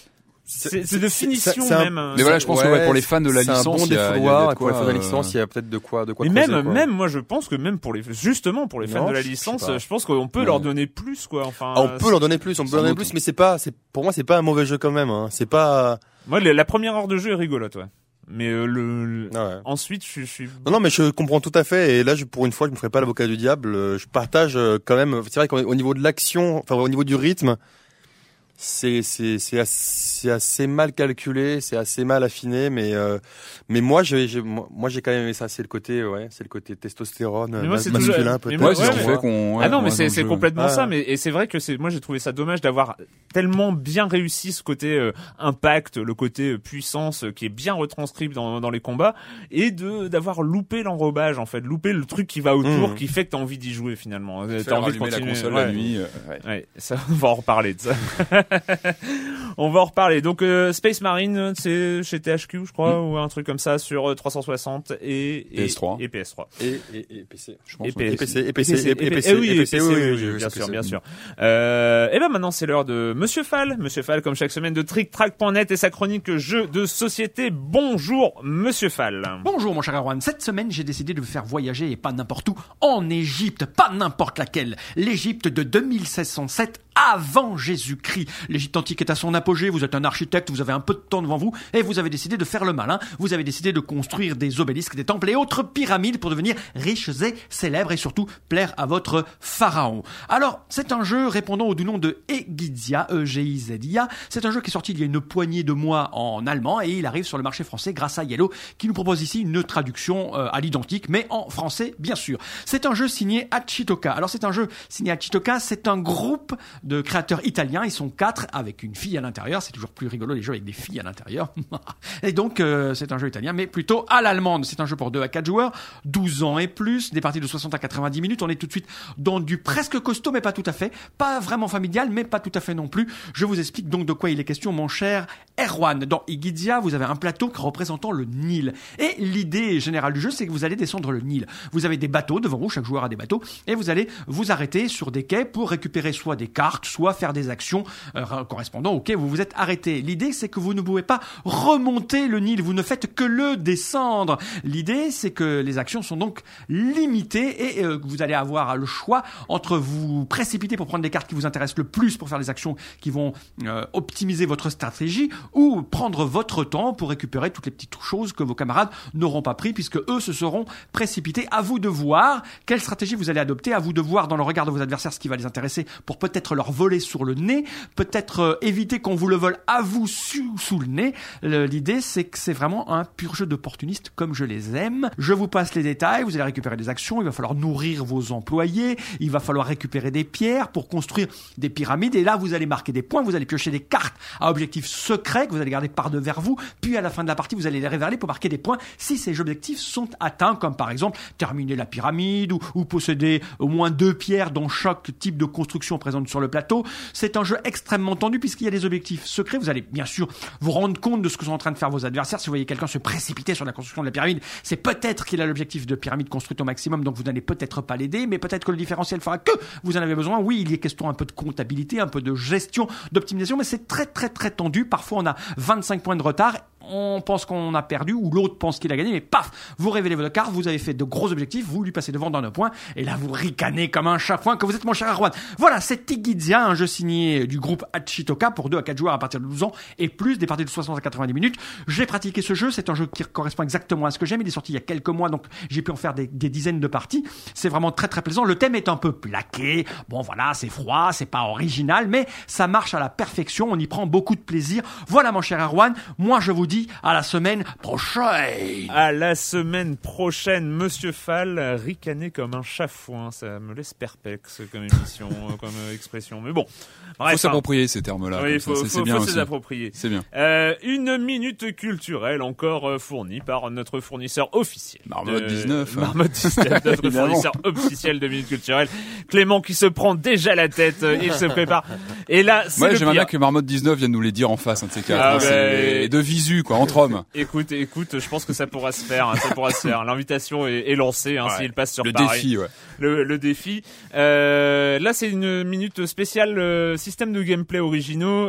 de finition même. Mais voilà, je pense que pour les fans de la licence, un bon défouloir. Pour les fans de la licence, il y a peut-être de quoi. Mais même, moi, je pense que même pour les fans de la licence, je pense qu'on peut leur donner plus, quoi. Enfin, on peut leur donner plus, mais pour moi, c'est pas un mauvais jeu quand même. Hein. C'est pas. Moi, la première heure de jeu est rigolote, ouais. Mais ensuite, je suis. Non, mais je comprends tout à fait. Et là, pour une fois, je me ferai pas l'avocat du diable. Je partage quand même. C'est vrai qu'au niveau de l'action, enfin au niveau du rythme, c'est assez mal calculé, c'est assez mal affiné. Mais moi, j'ai quand même aimé ça. C'est le côté testostérone masculin peut-être. Ouais, c'est ce qui fait qu'on. Ah non, mais c'est complètement ça. Mais c'est vrai que moi j'ai trouvé ça dommage d'avoir tellement bien réussi ce côté impact, le côté puissance qui est bien retranscrit dans les combats, et d'avoir loupé l'enrobage en fait, loupé le truc qui va autour, qui fait que t'as envie d'y jouer finalement. T'as envie de continuer la console la nuit. Ouais, ça, on va en reparler de ça. On va en reparler. Donc Space Marine, c'est chez THQ, je crois, ou un truc comme ça sur 360 et PS3 et PS3 et PC. Je pense. Et PC, bien sûr. Et ben maintenant c'est l'heure de Monsieur Fall comme chaque semaine de TrickTrack.net et sa chronique jeux de société. Bonjour Monsieur Fall. Bonjour mon cher Erwan. Cette semaine, j'ai décidé de vous faire voyager et pas n'importe où, en Égypte, pas n'importe laquelle. L'Égypte de 2607 avant Jésus-Christ. L'Égypte antique est à son apogée, vous êtes un architecte, vous avez un peu de temps devant vous, et vous avez décidé de faire le malin, vous avez décidé de construire des obélisques, des temples et autres pyramides pour devenir riches et célèbres et surtout plaire à votre pharaon. Alors, c'est un jeu répondant au nom de Egizia, E-G-I-Z-I-A. C'est un jeu qui est sorti il y a une poignée de mois en allemand et il arrive sur le marché français grâce à Yellow qui nous propose ici une traduction à l'identique, mais en français bien sûr. C'est un jeu signé Hachitoka. Alors c'est un jeu signé Hachitoka, c'est un groupe de créateurs italiens, ils sont 4 avec une fille à l'intérieur, c'est toujours plus rigolo les jeux avec des filles à l'intérieur. Et donc c'est un jeu italien mais plutôt à l'allemande. C'est un jeu pour 2 à 4 joueurs, 12 ans et plus, des parties de 60 à 90 minutes, on est tout de suite dans du presque costaud mais pas tout à fait, pas vraiment familial mais pas tout à fait non plus. Je vous explique donc de quoi il est question mon cher Erwan. Dans Egizia, vous avez un plateau représentant le Nil. Et l'idée générale du jeu, c'est que vous allez descendre le Nil. Vous avez des bateaux devant vous, chaque joueur a des bateaux, et vous allez vous arrêter sur des quais pour récupérer soit des cartes, soit faire des actions correspondant au quai où vous vous êtes arrêté. L'idée, c'est que vous ne pouvez pas remonter le Nil, vous ne faites que le descendre. L'idée, c'est que les actions sont donc limitées et vous allez avoir le choix entre vous précipiter pour prendre les cartes qui vous intéressent le plus pour faire les actions qui vont optimiser votre stratégie ou prendre votre temps pour récupérer toutes les petites choses que vos camarades n'auront pas pris puisque eux se seront précipités. À vous de voir quelle stratégie vous allez adopter, à vous de voir dans le regard de vos adversaires ce qui va les intéresser pour peut-être leur voler sur le nez, peut-être éviter qu'on vous le vole à vous sous le nez. L'idée c'est que c'est vraiment un pur jeu d'opportunistes comme je les aime. Je vous passe les détails, vous allez récupérer des actions, il va falloir nourrir vos employés, il va falloir récupérer des pierres pour construire des pyramides et là vous allez marquer des points, vous allez piocher des cartes à objectifs secrets que vous allez garder par devers vous, puis à la fin de la partie vous allez les révéler pour marquer des points si ces objectifs sont atteints, comme par exemple terminer la pyramide ou posséder au moins 2 pierres dans chaque type de construction présente sur le plateau. C'est un jeu extrêmement tendu puisqu'il y a des objectifs secrets, vous allez bien sûr vous rendre compte de ce que sont en train de faire vos adversaires. Si vous voyez quelqu'un se précipiter sur la construction de la pyramide, c'est peut-être qu'il a l'objectif de pyramide construite au maximum, donc vous n'allez peut-être pas l'aider, mais peut-être que le différentiel fera que vous en avez besoin. Oui, il y est question un peu de comptabilité, un peu de gestion, d'optimisation, mais c'est très très très tendu. Parfois on a 25 points de retard, on pense qu'on a perdu ou l'autre pense qu'il a gagné, mais paf, vous révélez votre carte, vous avez fait de gros objectifs, vous lui passez devant d'un point et là vous ricanez comme un chafouin que vous êtes mon cher Erwan. Voilà, c'est Egizia, un jeu signé du groupe Hachitoka pour 2 à 4 joueurs à partir de 12 ans et plus, des parties de 60 à 90 minutes. J'ai pratiqué ce jeu, c'est un jeu qui correspond exactement à ce que j'aime, il est sorti il y a quelques mois donc j'ai pu en faire des dizaines de parties. C'est vraiment très très plaisant, le thème est un peu plaqué, bon voilà, c'est froid, c'est pas original, mais ça marche à la perfection, on y prend beaucoup de plaisir. Voilà mon cher Erwan, moi je vous dis à la semaine prochaine. À la semaine prochaine, Monsieur Fall, ricaner comme un chafouin, ça me laisse perplexe comme émission, comme expression. Mais bon, bref, faut s'approprier ces termes-là. Oui, faut bien se les approprier. C'est bien. Une minute culturelle encore fournie par notre fournisseur officiel. Marmotte 19. Marmotte 19, notre fournisseur officiel de minute culturelle. Clément qui se prend déjà la tête, il se prépare. Et là, c'est le j'aimerais pire. bien que Marmotte 19 vienne nous les dire en face, un de ces quatre. Et de visu, quoi, entre hommes. Écoute, je pense que ça pourra se faire, L'invitation est lancée, s'il passe sur Paris. Défi, ouais. Le défi. Là, c'est une minute spéciale système de gameplay originaux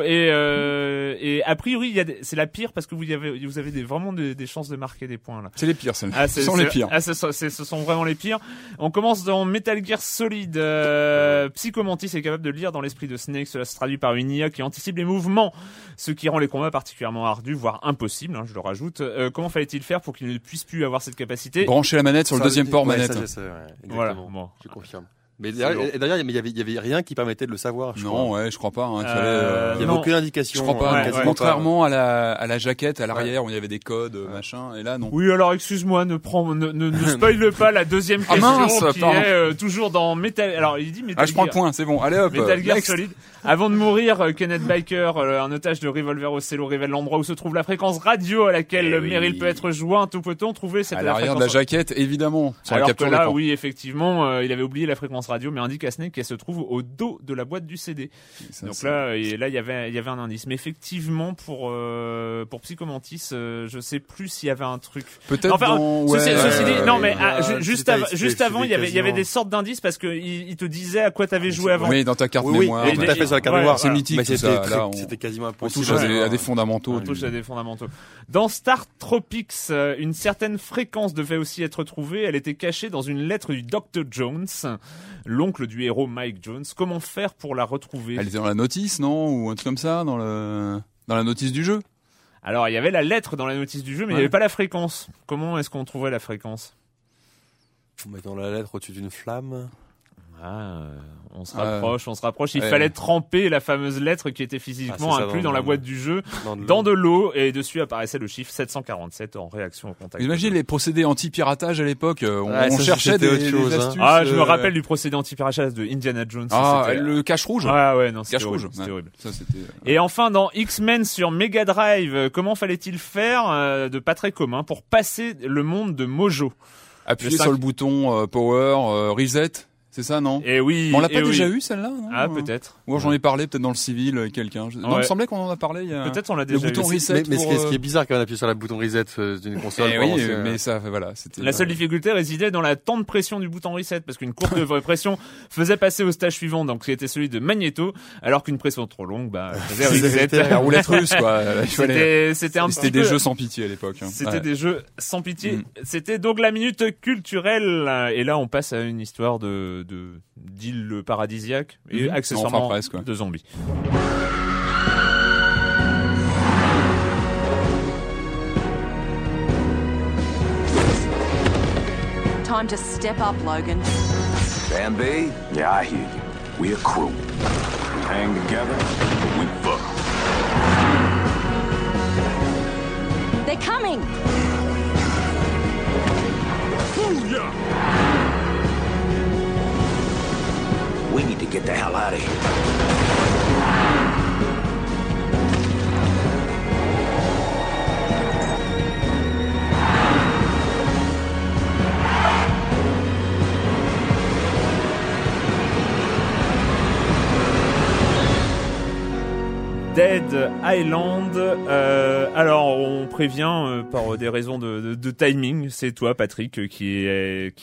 et a priori, c'est la pire parce que vous avez vraiment des chances de marquer des points là. C'est les pires, celles-là. Ce sont les pires. Ce sont vraiment les pires. On commence dans Metal Gear Solid. Psycho Mantis est capable de lire dans l'esprit de Snake. Cela se traduit par une IA qui anticipe les mouvements, ce qui rend les combats particulièrement ardus, voire impossibles. Je le rajoute. Comment fallait-il faire pour qu'il ne puisse plus avoir cette capacité? Brancher la manette sur le deuxième port manette. Ça, je sais, exactement. Voilà. Bon. Je confirme. Mais d'ailleurs, il y avait rien qui permettait de le savoir. Je crois pas. Il y avait aucune indication. Je crois pas. Contrairement pas. à la jaquette, à l'arrière, où il y avait des codes, machin. Et là, non. Oui, alors excuse-moi, ne spoile pas la deuxième question qui est toujours dans Metal. Alors il dit Metal Gear. Je prends le point, c'est bon. Allez hop. Metal Gear Solid. Avant de mourir, Kenneth Biker, un otage de Revolver Ocello, révèle l'endroit où se trouve la fréquence radio à laquelle Meryl peut être jointe. Où peut-on trouver cette à l'arrière de la jaquette, évidemment. Sur alors la que là, oui, effectivement, il avait oublié la fréquence radio, mais indique à Snake qu'elle se trouve au dos de la boîte du CD. Donc là, il y avait un indice. Mais effectivement, pour Psycho Mantis, je sais plus s'il y avait un truc. Peut-être. Enfin, ceci dit, non, mais juste avant, il y avait des sortes d'indices parce que il te disait à quoi t'avais joué avant. Oui, dans ta carte mémoire. Oui, tout à fait sur la carte mémoire. C'est mythique. Mais tout ça. Là, c'était quasiment impossible. On touche à des fondamentaux. On touche à des fondamentaux. Dans Star Tropics, une certaine fréquence devait aussi être trouvée. Elle était cachée dans une lettre du Dr. Jones. l'oncle du héros Mike Jones. Comment faire pour la retrouver? Elle était dans la notice, non? Ou un truc comme ça, dans la notice du jeu? Alors, il y avait la lettre dans la notice du jeu, mais il n'y avait pas la fréquence. Comment est-ce qu'on trouverait la fréquence? En mettant la lettre au-dessus d'une flamme. On se rapproche. Il fallait tremper la fameuse lettre qui était physiquement inclue dans la boîte du jeu dans de l'eau, et dessus apparaissait le chiffre 747 en réaction au contact. Imaginez les procédés anti-piratage à l'époque. On cherchait des astuces. Je me rappelle du procédé anti-piratage de Indiana Jones. Le cache rouge. C'était horrible. C'était horrible. Ça, et enfin, dans X-Men sur Mega Drive, comment fallait-il faire de pas très commun pour passer le monde de Mojo? Appuyer sur le bouton Power, Reset. C'est ça, non? Et oui. On l'a pas déjà eu, celle-là, non? Peut-être. Ou j'en ai parlé peut-être dans le civil avec quelqu'un. Non, il me semblait qu'on en a parlé. Peut-être on l'a déjà eu. Le bouton reset. Mais ce qui est bizarre quand on appuie sur le bouton reset d'une console. Mais ça, voilà. La seule difficulté résidait dans la temps de pression du bouton reset, parce qu'une courte pression faisait passer au stage suivant, donc c'était celui de Magneto, alors qu'une pression trop longue, faisait reset. La roulette russe, quoi. C'était des jeux sans pitié à l'époque. C'était des jeux sans pitié. C'était donc la minute culturelle. Et là, on passe à une histoire d'île paradisiaque et accessoirement de zombies. Time to step up, Logan. Plan B? Yeah, I hear you. We're a crew. We hang together, we fuck. They're coming! Booyah! We need to get the hell out of here. Dead Island. Alors, on prévient par des raisons de timing. C'est toi, Patrick, qui est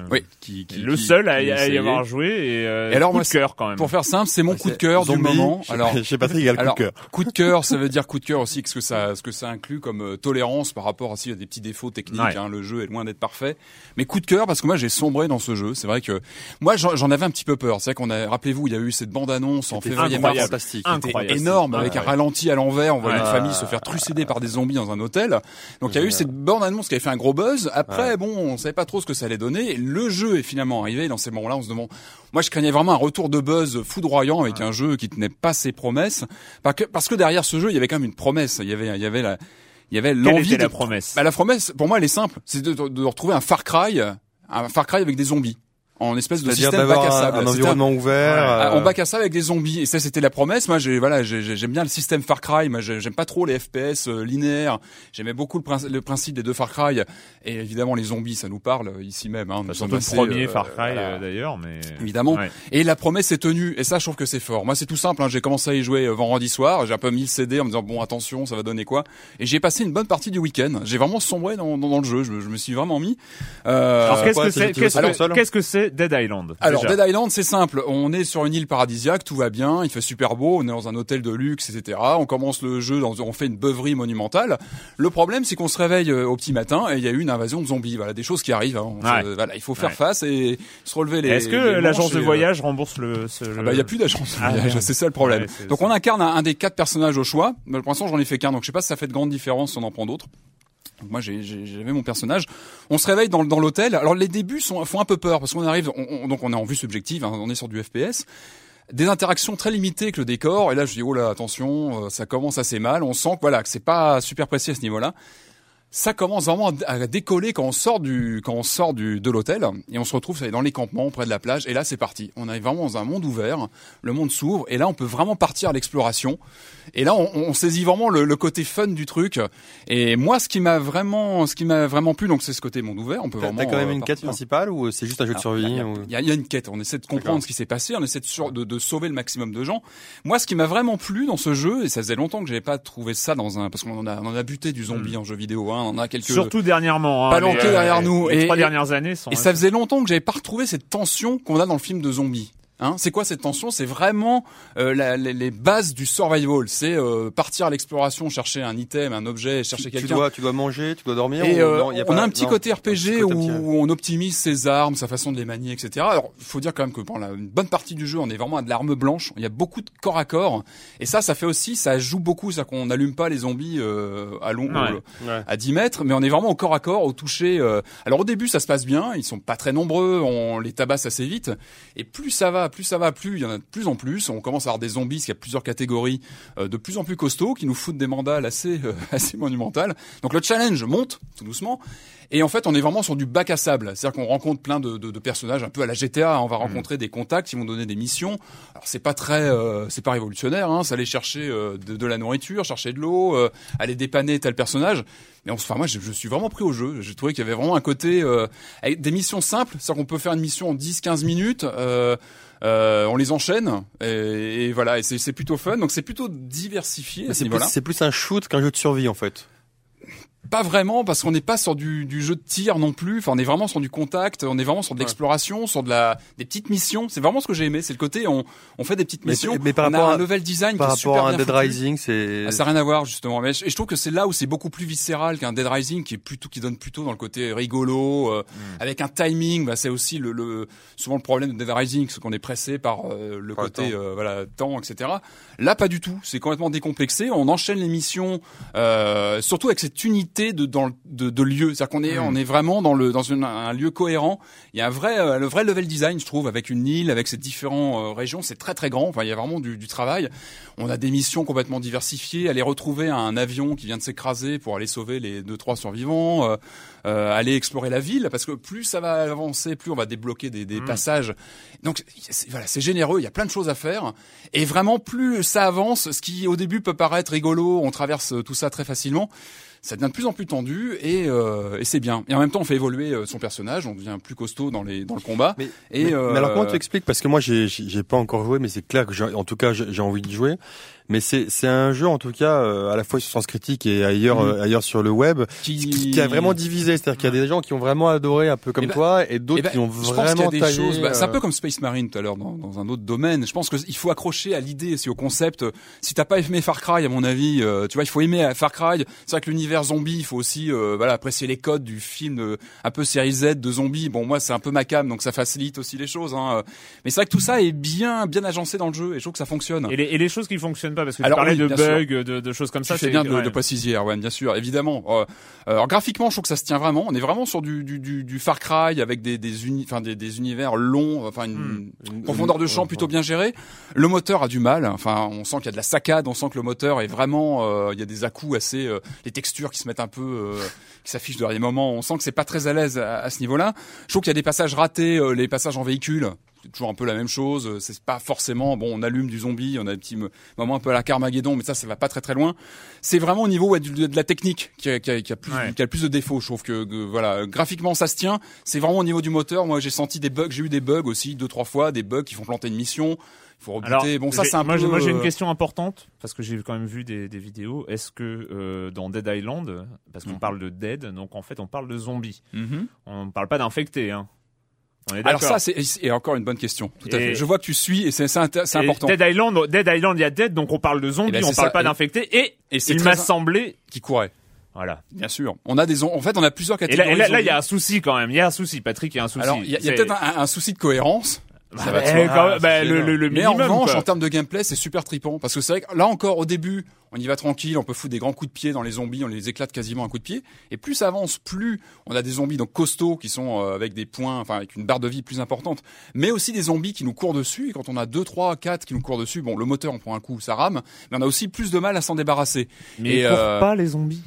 le seul à y avoir joué. Et alors, coup de cœur quand même. Pour faire simple, c'est mon coup de cœur du moment. Alors, chez Patrick, il y a le coup de cœur. Coup de cœur, ça veut dire coup de cœur aussi, ce que ça inclut comme tolérance par rapport à s'il y a des petits défauts techniques. Le jeu est loin d'être parfait. Mais coup de cœur parce que moi j'ai sombré dans ce jeu. C'est vrai que moi j'en avais un petit peu peur. C'est vrai rappelez-vous, il y a eu cette bande-annonce en février-mars, fantastique, énorme, avec un ralenti à l'envers. On voit une famille se faire trucider par des zombies dans un hôtel. Donc il y a eu cette bande-annonce qui avait fait un gros buzz. Après, on savait pas trop ce que ça allait donner. Le jeu est finalement arrivé. Dans ces moments-là, on se demande. Moi, je craignais vraiment un retour de buzz foudroyant avec un jeu qui tenait pas ses promesses. Parce que derrière ce jeu, il y avait quand même une promesse. Il y avait l'envie de la promesse. La promesse, pour moi, elle est simple. C'est de retrouver un Far Cry avec des zombies. En espèce de système bac à sable. Un environnement ouvert. En bac à sable avec des zombies. Et ça, c'était la promesse. Moi, j'aime bien le système Far Cry. Moi, j'aime pas trop les FPS linéaires. J'aimais beaucoup le principe des deux Far Cry. Et évidemment, les zombies, ça nous parle ici même. Nous sommes le premier Far Cry d'ailleurs, mais évidemment. Ouais. Et la promesse est tenue. Et ça, je trouve que c'est fort. Moi, c'est tout simple. J'ai commencé à y jouer vendredi soir. J'ai un peu mis le CD en me disant bon, attention, ça va donner quoi. Et j'ai passé une bonne partie du week-end. J'ai vraiment sombré dans le jeu. Je me suis vraiment mis. Alors, qu'est-ce que c'est Dead Island? Alors Dead Island, c'est simple. On est sur une île paradisiaque, tout va bien, il fait super beau, on est dans un hôtel de luxe, etc. On commence le jeu, on fait une beuverie monumentale. Le problème, c'est qu'on se réveille au petit matin et il y a eu une invasion de zombies. Voilà, des choses qui arrivent. Il faut faire face et se relever les. Est-ce que l'agence de voyage rembourse il y a plus d'agence de voyage, c'est ça le problème. Donc on incarne un des 4 personnages au choix. Mais pour l'instant, j'en ai fait qu'un, donc je sais pas si ça fait de grandes différences si on en prend d'autres. Donc moi j'avais mon personnage. On se réveille dans l'hôtel. Alors les débuts font un peu peur parce qu'on arrive, donc on est en vue subjective, on est sur du FPS. Des interactions très limitées avec le décor. Et là je dis oh là attention, ça commence assez mal. On sent que c'est pas super précis à ce niveau-là. Ça commence vraiment à décoller quand on sort de l'hôtel et on se retrouve dans les campements près de la plage et là c'est parti. On arrive vraiment dans un monde ouvert, le monde s'ouvre et là on peut vraiment partir à l'exploration et là on saisit vraiment le côté fun du truc et moi ce qui m'a vraiment plu donc c'est ce côté monde ouvert. On peut vraiment. T'as quand même une quête principale ou c'est juste un jeu de survie? Il y a une quête. On essaie de comprendre ce qui s'est passé, on essaie de sauver le maximum de gens. Moi ce qui m'a vraiment plu dans ce jeu et ça faisait longtemps que j'avais pas trouvé ça parce qu'on en a buté du zombie en jeu vidéo. On a quelques surtout dernièrement palanqués derrière nous les 3 dernières années et ça faisait longtemps que j'avais pas retrouvé cette tension qu'on a dans le film de zombies. Hein, c'est quoi cette tension? C'est vraiment les bases du survival. C'est partir à l'exploration, chercher un item, un objet, chercher quelqu'un. Tu dois manger, tu dois dormir. Et non, on a un petit côté RPG où on optimise ses armes, sa façon de les manier, etc. Alors, il faut dire quand même que pendant une bonne partie du jeu, on est vraiment à de l'arme blanche. Il y a beaucoup de corps à corps, et ça fait aussi, ça joue beaucoup, c'est-à-dire qu'on n'allume pas les zombies à 10 mètres, mais on est vraiment au corps à corps, au toucher. Alors au début, ça se passe bien, ils sont pas très nombreux, on les tabasse assez vite, et plus ça va, plus il y en a de plus en plus. On commence à avoir des zombies, parce qu'il y a plusieurs catégories de plus en plus costauds qui nous foutent des mandales assez monumentales. Donc le challenge monte tout doucement. Et en fait, on est vraiment sur du bac à sable. C'est-à-dire qu'on rencontre plein de personnages, un peu à la GTA. On va rencontrer des contacts qui vont donner des missions. Alors c'est pas révolutionnaire, hein. Ça aller chercher de la nourriture, chercher de l'eau, aller dépanner tel personnage. Mais moi, je suis vraiment pris au jeu. J'ai trouvé qu'il y avait vraiment un côté avec des missions simples. C'est-à-dire qu'on peut faire une mission en 10-15 minutes. On les enchaîne et voilà. Et c'est plutôt fun. Donc c'est plutôt diversifié. C'est plus un shoot qu'un jeu de survie en fait. Pas vraiment, parce qu'on n'est pas sur du jeu de tir non plus. Enfin, on est vraiment sur du contact, on est vraiment sur de l'exploration, sur des petites missions. C'est vraiment ce que j'ai aimé, c'est le côté on fait des petites missions. Mais par on rapport a un level design par qui est super bien rapport à un Dead foutu. Rising, c'est Ça n'a rien à voir justement. Mais je trouve que c'est là où c'est beaucoup plus viscéral qu'un Dead Rising qui donne plutôt dans le côté rigolo, avec un timing. Bah, c'est aussi souvent le problème de Dead Rising, c'est qu'on est pressé par le côté temps, etc. Là, pas du tout. C'est complètement décomplexé. On enchaîne les missions, surtout avec cette unité de lieu. C'est-à-dire qu'on on est vraiment dans un lieu cohérent. Il y a le vrai level design, je trouve, avec une île, avec ces différentes régions. C'est très très grand. Enfin, il y a vraiment du travail. On a des missions complètement diversifiées. Aller retrouver un avion qui vient de s'écraser pour aller sauver les 2-3 survivants. Aller explorer la ville, parce que plus ça va avancer, plus on va débloquer des passages. Donc c'est généreux. Il y a plein de choses à faire. Et vraiment, plus ça avance, ce qui au début peut paraître rigolo, on traverse tout ça très facilement. Ça devient de plus en plus tendu et c'est bien. Et en même temps, on fait évoluer son personnage, on devient plus costaud dans le combat. Mais alors comment tu expliques? Parce que moi, j'ai pas encore joué, mais c'est clair que j'ai envie d'y jouer. Mais c'est un jeu en tout cas à la fois sur Sens Critique et ailleurs sur le web qui a vraiment divisé. C'est-à-dire qu'il y a des gens qui ont vraiment adoré un peu comme toi et d'autres qui ont vraiment taillé. C'est un peu comme Space Marine tout à l'heure dans un autre domaine. Je pense qu'il faut accrocher à l'idée, au concept. Si t'as pas aimé Far Cry, à mon avis, tu vois, il faut aimer Far Cry. C'est vrai que l'univers zombie, il faut aussi apprécier les codes du film un peu série Z de zombies. Bon, moi c'est un peu ma cam, donc ça facilite aussi les choses. Hein. Mais c'est vrai que tout ça est bien agencé dans le jeu et je trouve que ça fonctionne. Et les choses qui fonctionnent pas, parce que tu parlais de bugs, de choses comme ça. Tu fais bien de préciser, Erwan, bien sûr, évidemment. Alors graphiquement, je trouve que ça se tient vraiment. On est vraiment sur du Far Cry avec des univers longs, enfin une profondeur de champ plutôt bien gérée. Le moteur a du mal. Enfin, on sent qu'il y a de la saccade, on sent que le moteur est vraiment, il y a des à-coups assez, les textures qui se mettent un peu, qui s'affichent dans les moments. On sent que c'est pas très à l'aise à ce niveau-là. Je trouve qu'il y a des passages ratés, les passages en véhicule. C'est toujours un peu la même chose, c'est pas forcément on allume du zombie, on a des petits moments un peu à la Carmageddon, mais ça va pas très très loin. C'est vraiment au niveau de la technique qui a le plus de défauts. Je trouve que voilà, graphiquement ça se tient, c'est vraiment au niveau du moteur. Moi j'ai senti des bugs, j'ai eu des bugs aussi 2-3 fois, des bugs qui font planter une mission. Il faut rebooter. Alors, bon, ça c'est un peu. Moi j'ai une question importante parce que j'ai quand même vu des vidéos. Est-ce que dans Dead Island, parce qu'on parle de Dead, donc en fait on parle de zombies, on parle pas d'infectés, hein. Alors ça c'est encore une bonne question. Tout à fait. Je vois que tu suis et c'est important. Dead Island, il y a Dead, donc on parle de zombies, on parle pas d'infectés. Et il m'a semblé qui courait. Voilà. Bien sûr. On a on a plusieurs catégories. Et là il y a un souci quand même. Il y a un souci, Patrick. Il y a un souci. Alors il y a peut-être un souci de cohérence. Le mais en minimum, revanche, quoi. en termes de gameplay, c'est super trippant parce que c'est vrai que là encore au début, on y va tranquille, on peut foutre des grands coups de pied dans les zombies, on les éclate quasiment à coup de pied. Et plus ça avance, plus on a des zombies donc costauds qui sont avec des points, enfin avec une barre de vie plus importante, mais aussi des zombies qui nous courent dessus. Et quand on a 2, 3, 4 qui nous courent dessus, bon, le moteur on prend un coup, ça rame, mais on a aussi plus de mal à s'en débarrasser. Mais ils courent pas les zombies.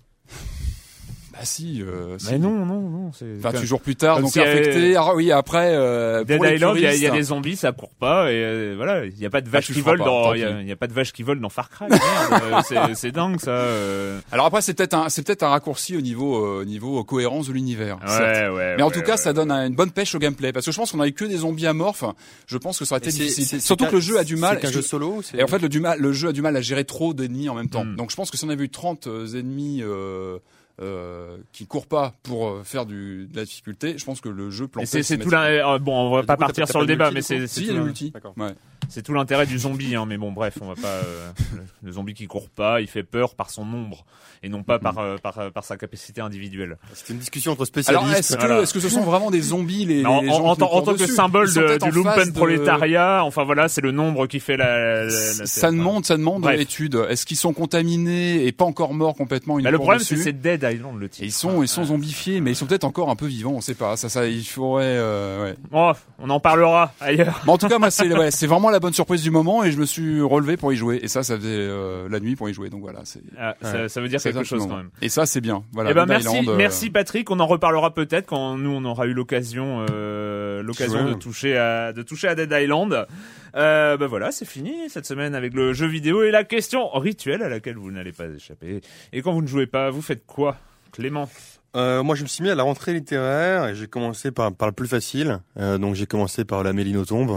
Ah si, mais non, c'est. 28 jours plus tard, donc infecté. Oui, après. Dead Island, il y a des zombies, ça court pas et voilà, il y a pas de vaches qui volent dans, il y a pas de vaches qui volent dans Far Cry. C'est dingue ça. Alors après, c'est peut-être un raccourci au niveau cohérence de l'univers. Ouais. Mais en tout cas, ça donne une bonne pêche au gameplay parce que je pense qu'on avait que des zombies amorphes. Je pense que ça aurait été difficile. Surtout que le jeu a du mal. C'est qu'un jeu solo. Et en fait, le jeu a du mal à gérer trop d'ennemis en même temps. Donc je pense que si on avait eu 30 ennemis. qui court pas pour faire de la difficulté, je pense que le jeu plantait. Et c'est tout bon, on va pas partir sur le débat, mais c'est si, il y a le multi. Ouais. C'est tout l'intérêt du zombie, hein, mais bon, bref, on va pas. Le zombie qui court pas, il fait peur par son nombre et non pas par sa capacité individuelle. C'est une discussion entre spécialistes. Alors, est-ce que ce sont vraiment des zombies les gens en tant que symbole du lumpenprolétariat, enfin voilà, c'est le nombre qui fait ça demande l'étude. Est-ce qu'ils sont contaminés et pas encore morts complètement le problème, c'est Dead Island, le titre. Et ils sont zombifiés, mais ils sont peut-être encore un peu vivants, on sait pas. Ça, il faudrait. Ouais. Oh, on en parlera ailleurs. Mais en tout cas, moi, c'est vraiment la bonne surprise du moment, et je me suis relevé pour y jouer. Et ça faisait la nuit pour y jouer. Donc voilà. Ça veut dire quelque chose quand même. Et ça, c'est bien. Voilà. Eh ben merci Patrick. On en reparlera peut-être quand nous on aura eu l'occasion de toucher à Dead Island. Voilà, c'est fini cette semaine avec le jeu vidéo et la question rituelle à laquelle vous n'allez pas échapper. Et quand vous ne jouez pas, vous faites quoi, Clément? Moi, je me suis mis à la rentrée littéraire et j'ai commencé par le plus facile. Donc, j'ai commencé par La Méline aux tombes.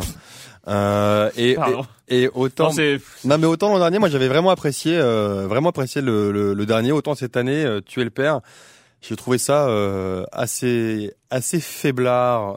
Et autant. Non, mais autant l'an dernier, moi, j'avais vraiment apprécié le dernier. Autant cette année, Tuer le père. J'ai trouvé ça assez faiblard,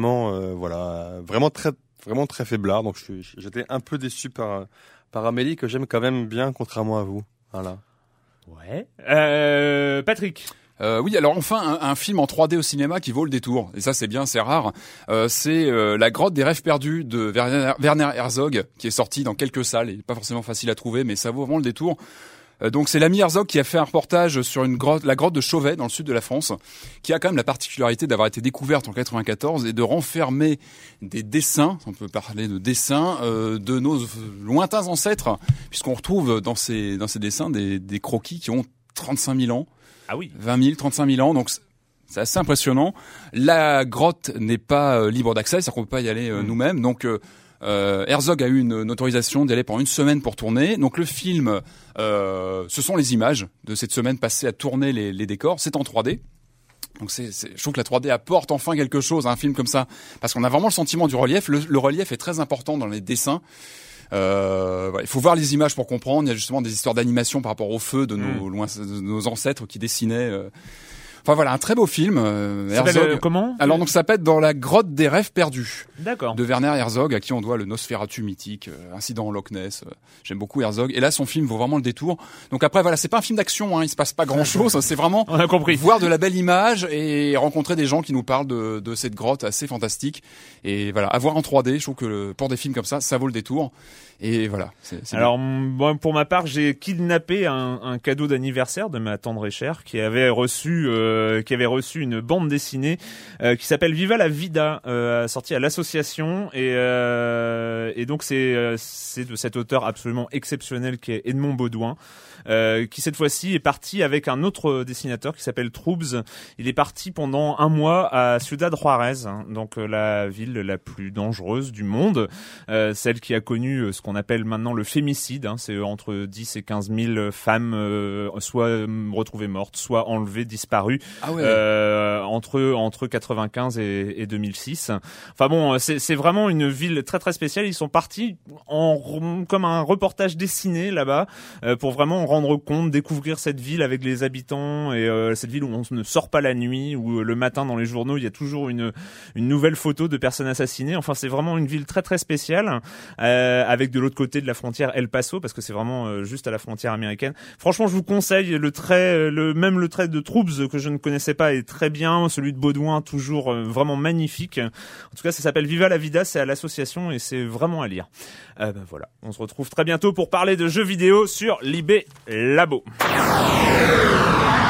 vraiment très faiblard. Donc j'étais un peu déçu par Amélie, que j'aime quand même bien, contrairement à vous. Voilà. Ouais. Patrick. Oui, alors enfin un film en 3D au cinéma qui vaut le détour. Et ça, c'est bien, c'est rare. C'est La Grotte des rêves perdus de Werner Herzog, qui est sorti dans quelques salles. Il est pas forcément facile à trouver, mais ça vaut vraiment le détour. Donc c'est l'ami Herzog qui a fait un reportage sur la grotte de Chauvet dans le sud de la France, qui a quand même la particularité d'avoir été découverte en 94 et de renfermer des dessins, on peut parler de dessins, de nos lointains ancêtres, puisqu'on retrouve dans ces dessins des croquis qui ont 35 000 ans. Ah oui. 20 000, 35 000 ans, donc c'est assez impressionnant. La grotte n'est pas libre d'accès, c'est-à-dire qu'on peut pas y aller nous-mêmes, donc Herzog a eu une autorisation d'y aller pendant une semaine pour tourner. Donc le film, ce sont les images de cette semaine passée à tourner les décors. C'est en 3D. Donc je trouve que la 3D apporte enfin quelque chose à un film comme ça, parce qu'on a vraiment le sentiment du relief. Le relief est très important dans les dessins. Il faut voir les images pour comprendre. Il y a justement des histoires d'animation par rapport au feu de nos ancêtres qui dessinaient. Enfin voilà, un très beau film. Herzog. Comment ? Alors donc ça s'appelle Dans la grotte des rêves perdus. D'accord. De Werner Herzog, à qui on doit le Nosferatu mythique, Incident au Loch Ness. J'aime beaucoup Herzog. Et là, son film vaut vraiment le détour. Donc après voilà, c'est pas un film d'action, hein, il se passe pas grand chose. C'est vraiment on a compris. Voir de la belle image et rencontrer des gens qui nous parlent de cette grotte assez fantastique. Et voilà, à voir en 3D, je trouve que pour des films comme ça vaut le détour. Et voilà. Alors moi, pour ma part, j'ai kidnappé un cadeau d'anniversaire de ma tendre et chère qui avait reçu une bande dessinée qui s'appelle Viva la Vida, sortie à l'association et donc c'est de cet auteur absolument exceptionnel qui est Edmond Baudouin. Qui cette fois-ci est parti avec un autre dessinateur qui s'appelle Troubs. Il est parti pendant un mois à Ciudad Juárez, hein, donc la ville la plus dangereuse du monde, celle qui a connu ce qu'on appelle maintenant le fémicide, hein, c'est entre 10 et 15 000 femmes soit retrouvées mortes, soit enlevées, disparues entre 95 et 2006. Enfin bon, c'est vraiment une ville très très spéciale. Ils sont partis comme un reportage dessiné là-bas pour vraiment rendre compte, découvrir cette ville avec les habitants et cette ville où on ne sort pas la nuit, où le matin dans les journaux il y a toujours une nouvelle photo de personnes assassinées. Enfin c'est vraiment une ville très très spéciale avec de l'autre côté de la frontière El Paso, parce que c'est vraiment juste à la frontière américaine. Franchement je vous conseille le trait de Troubs que je ne connaissais pas est très bien, celui de Baudouin toujours vraiment magnifique. En tout cas ça s'appelle Viva la Vida, c'est à l'association et c'est vraiment à lire. Voilà, on se retrouve très bientôt pour parler de jeux vidéo sur Libé Labo.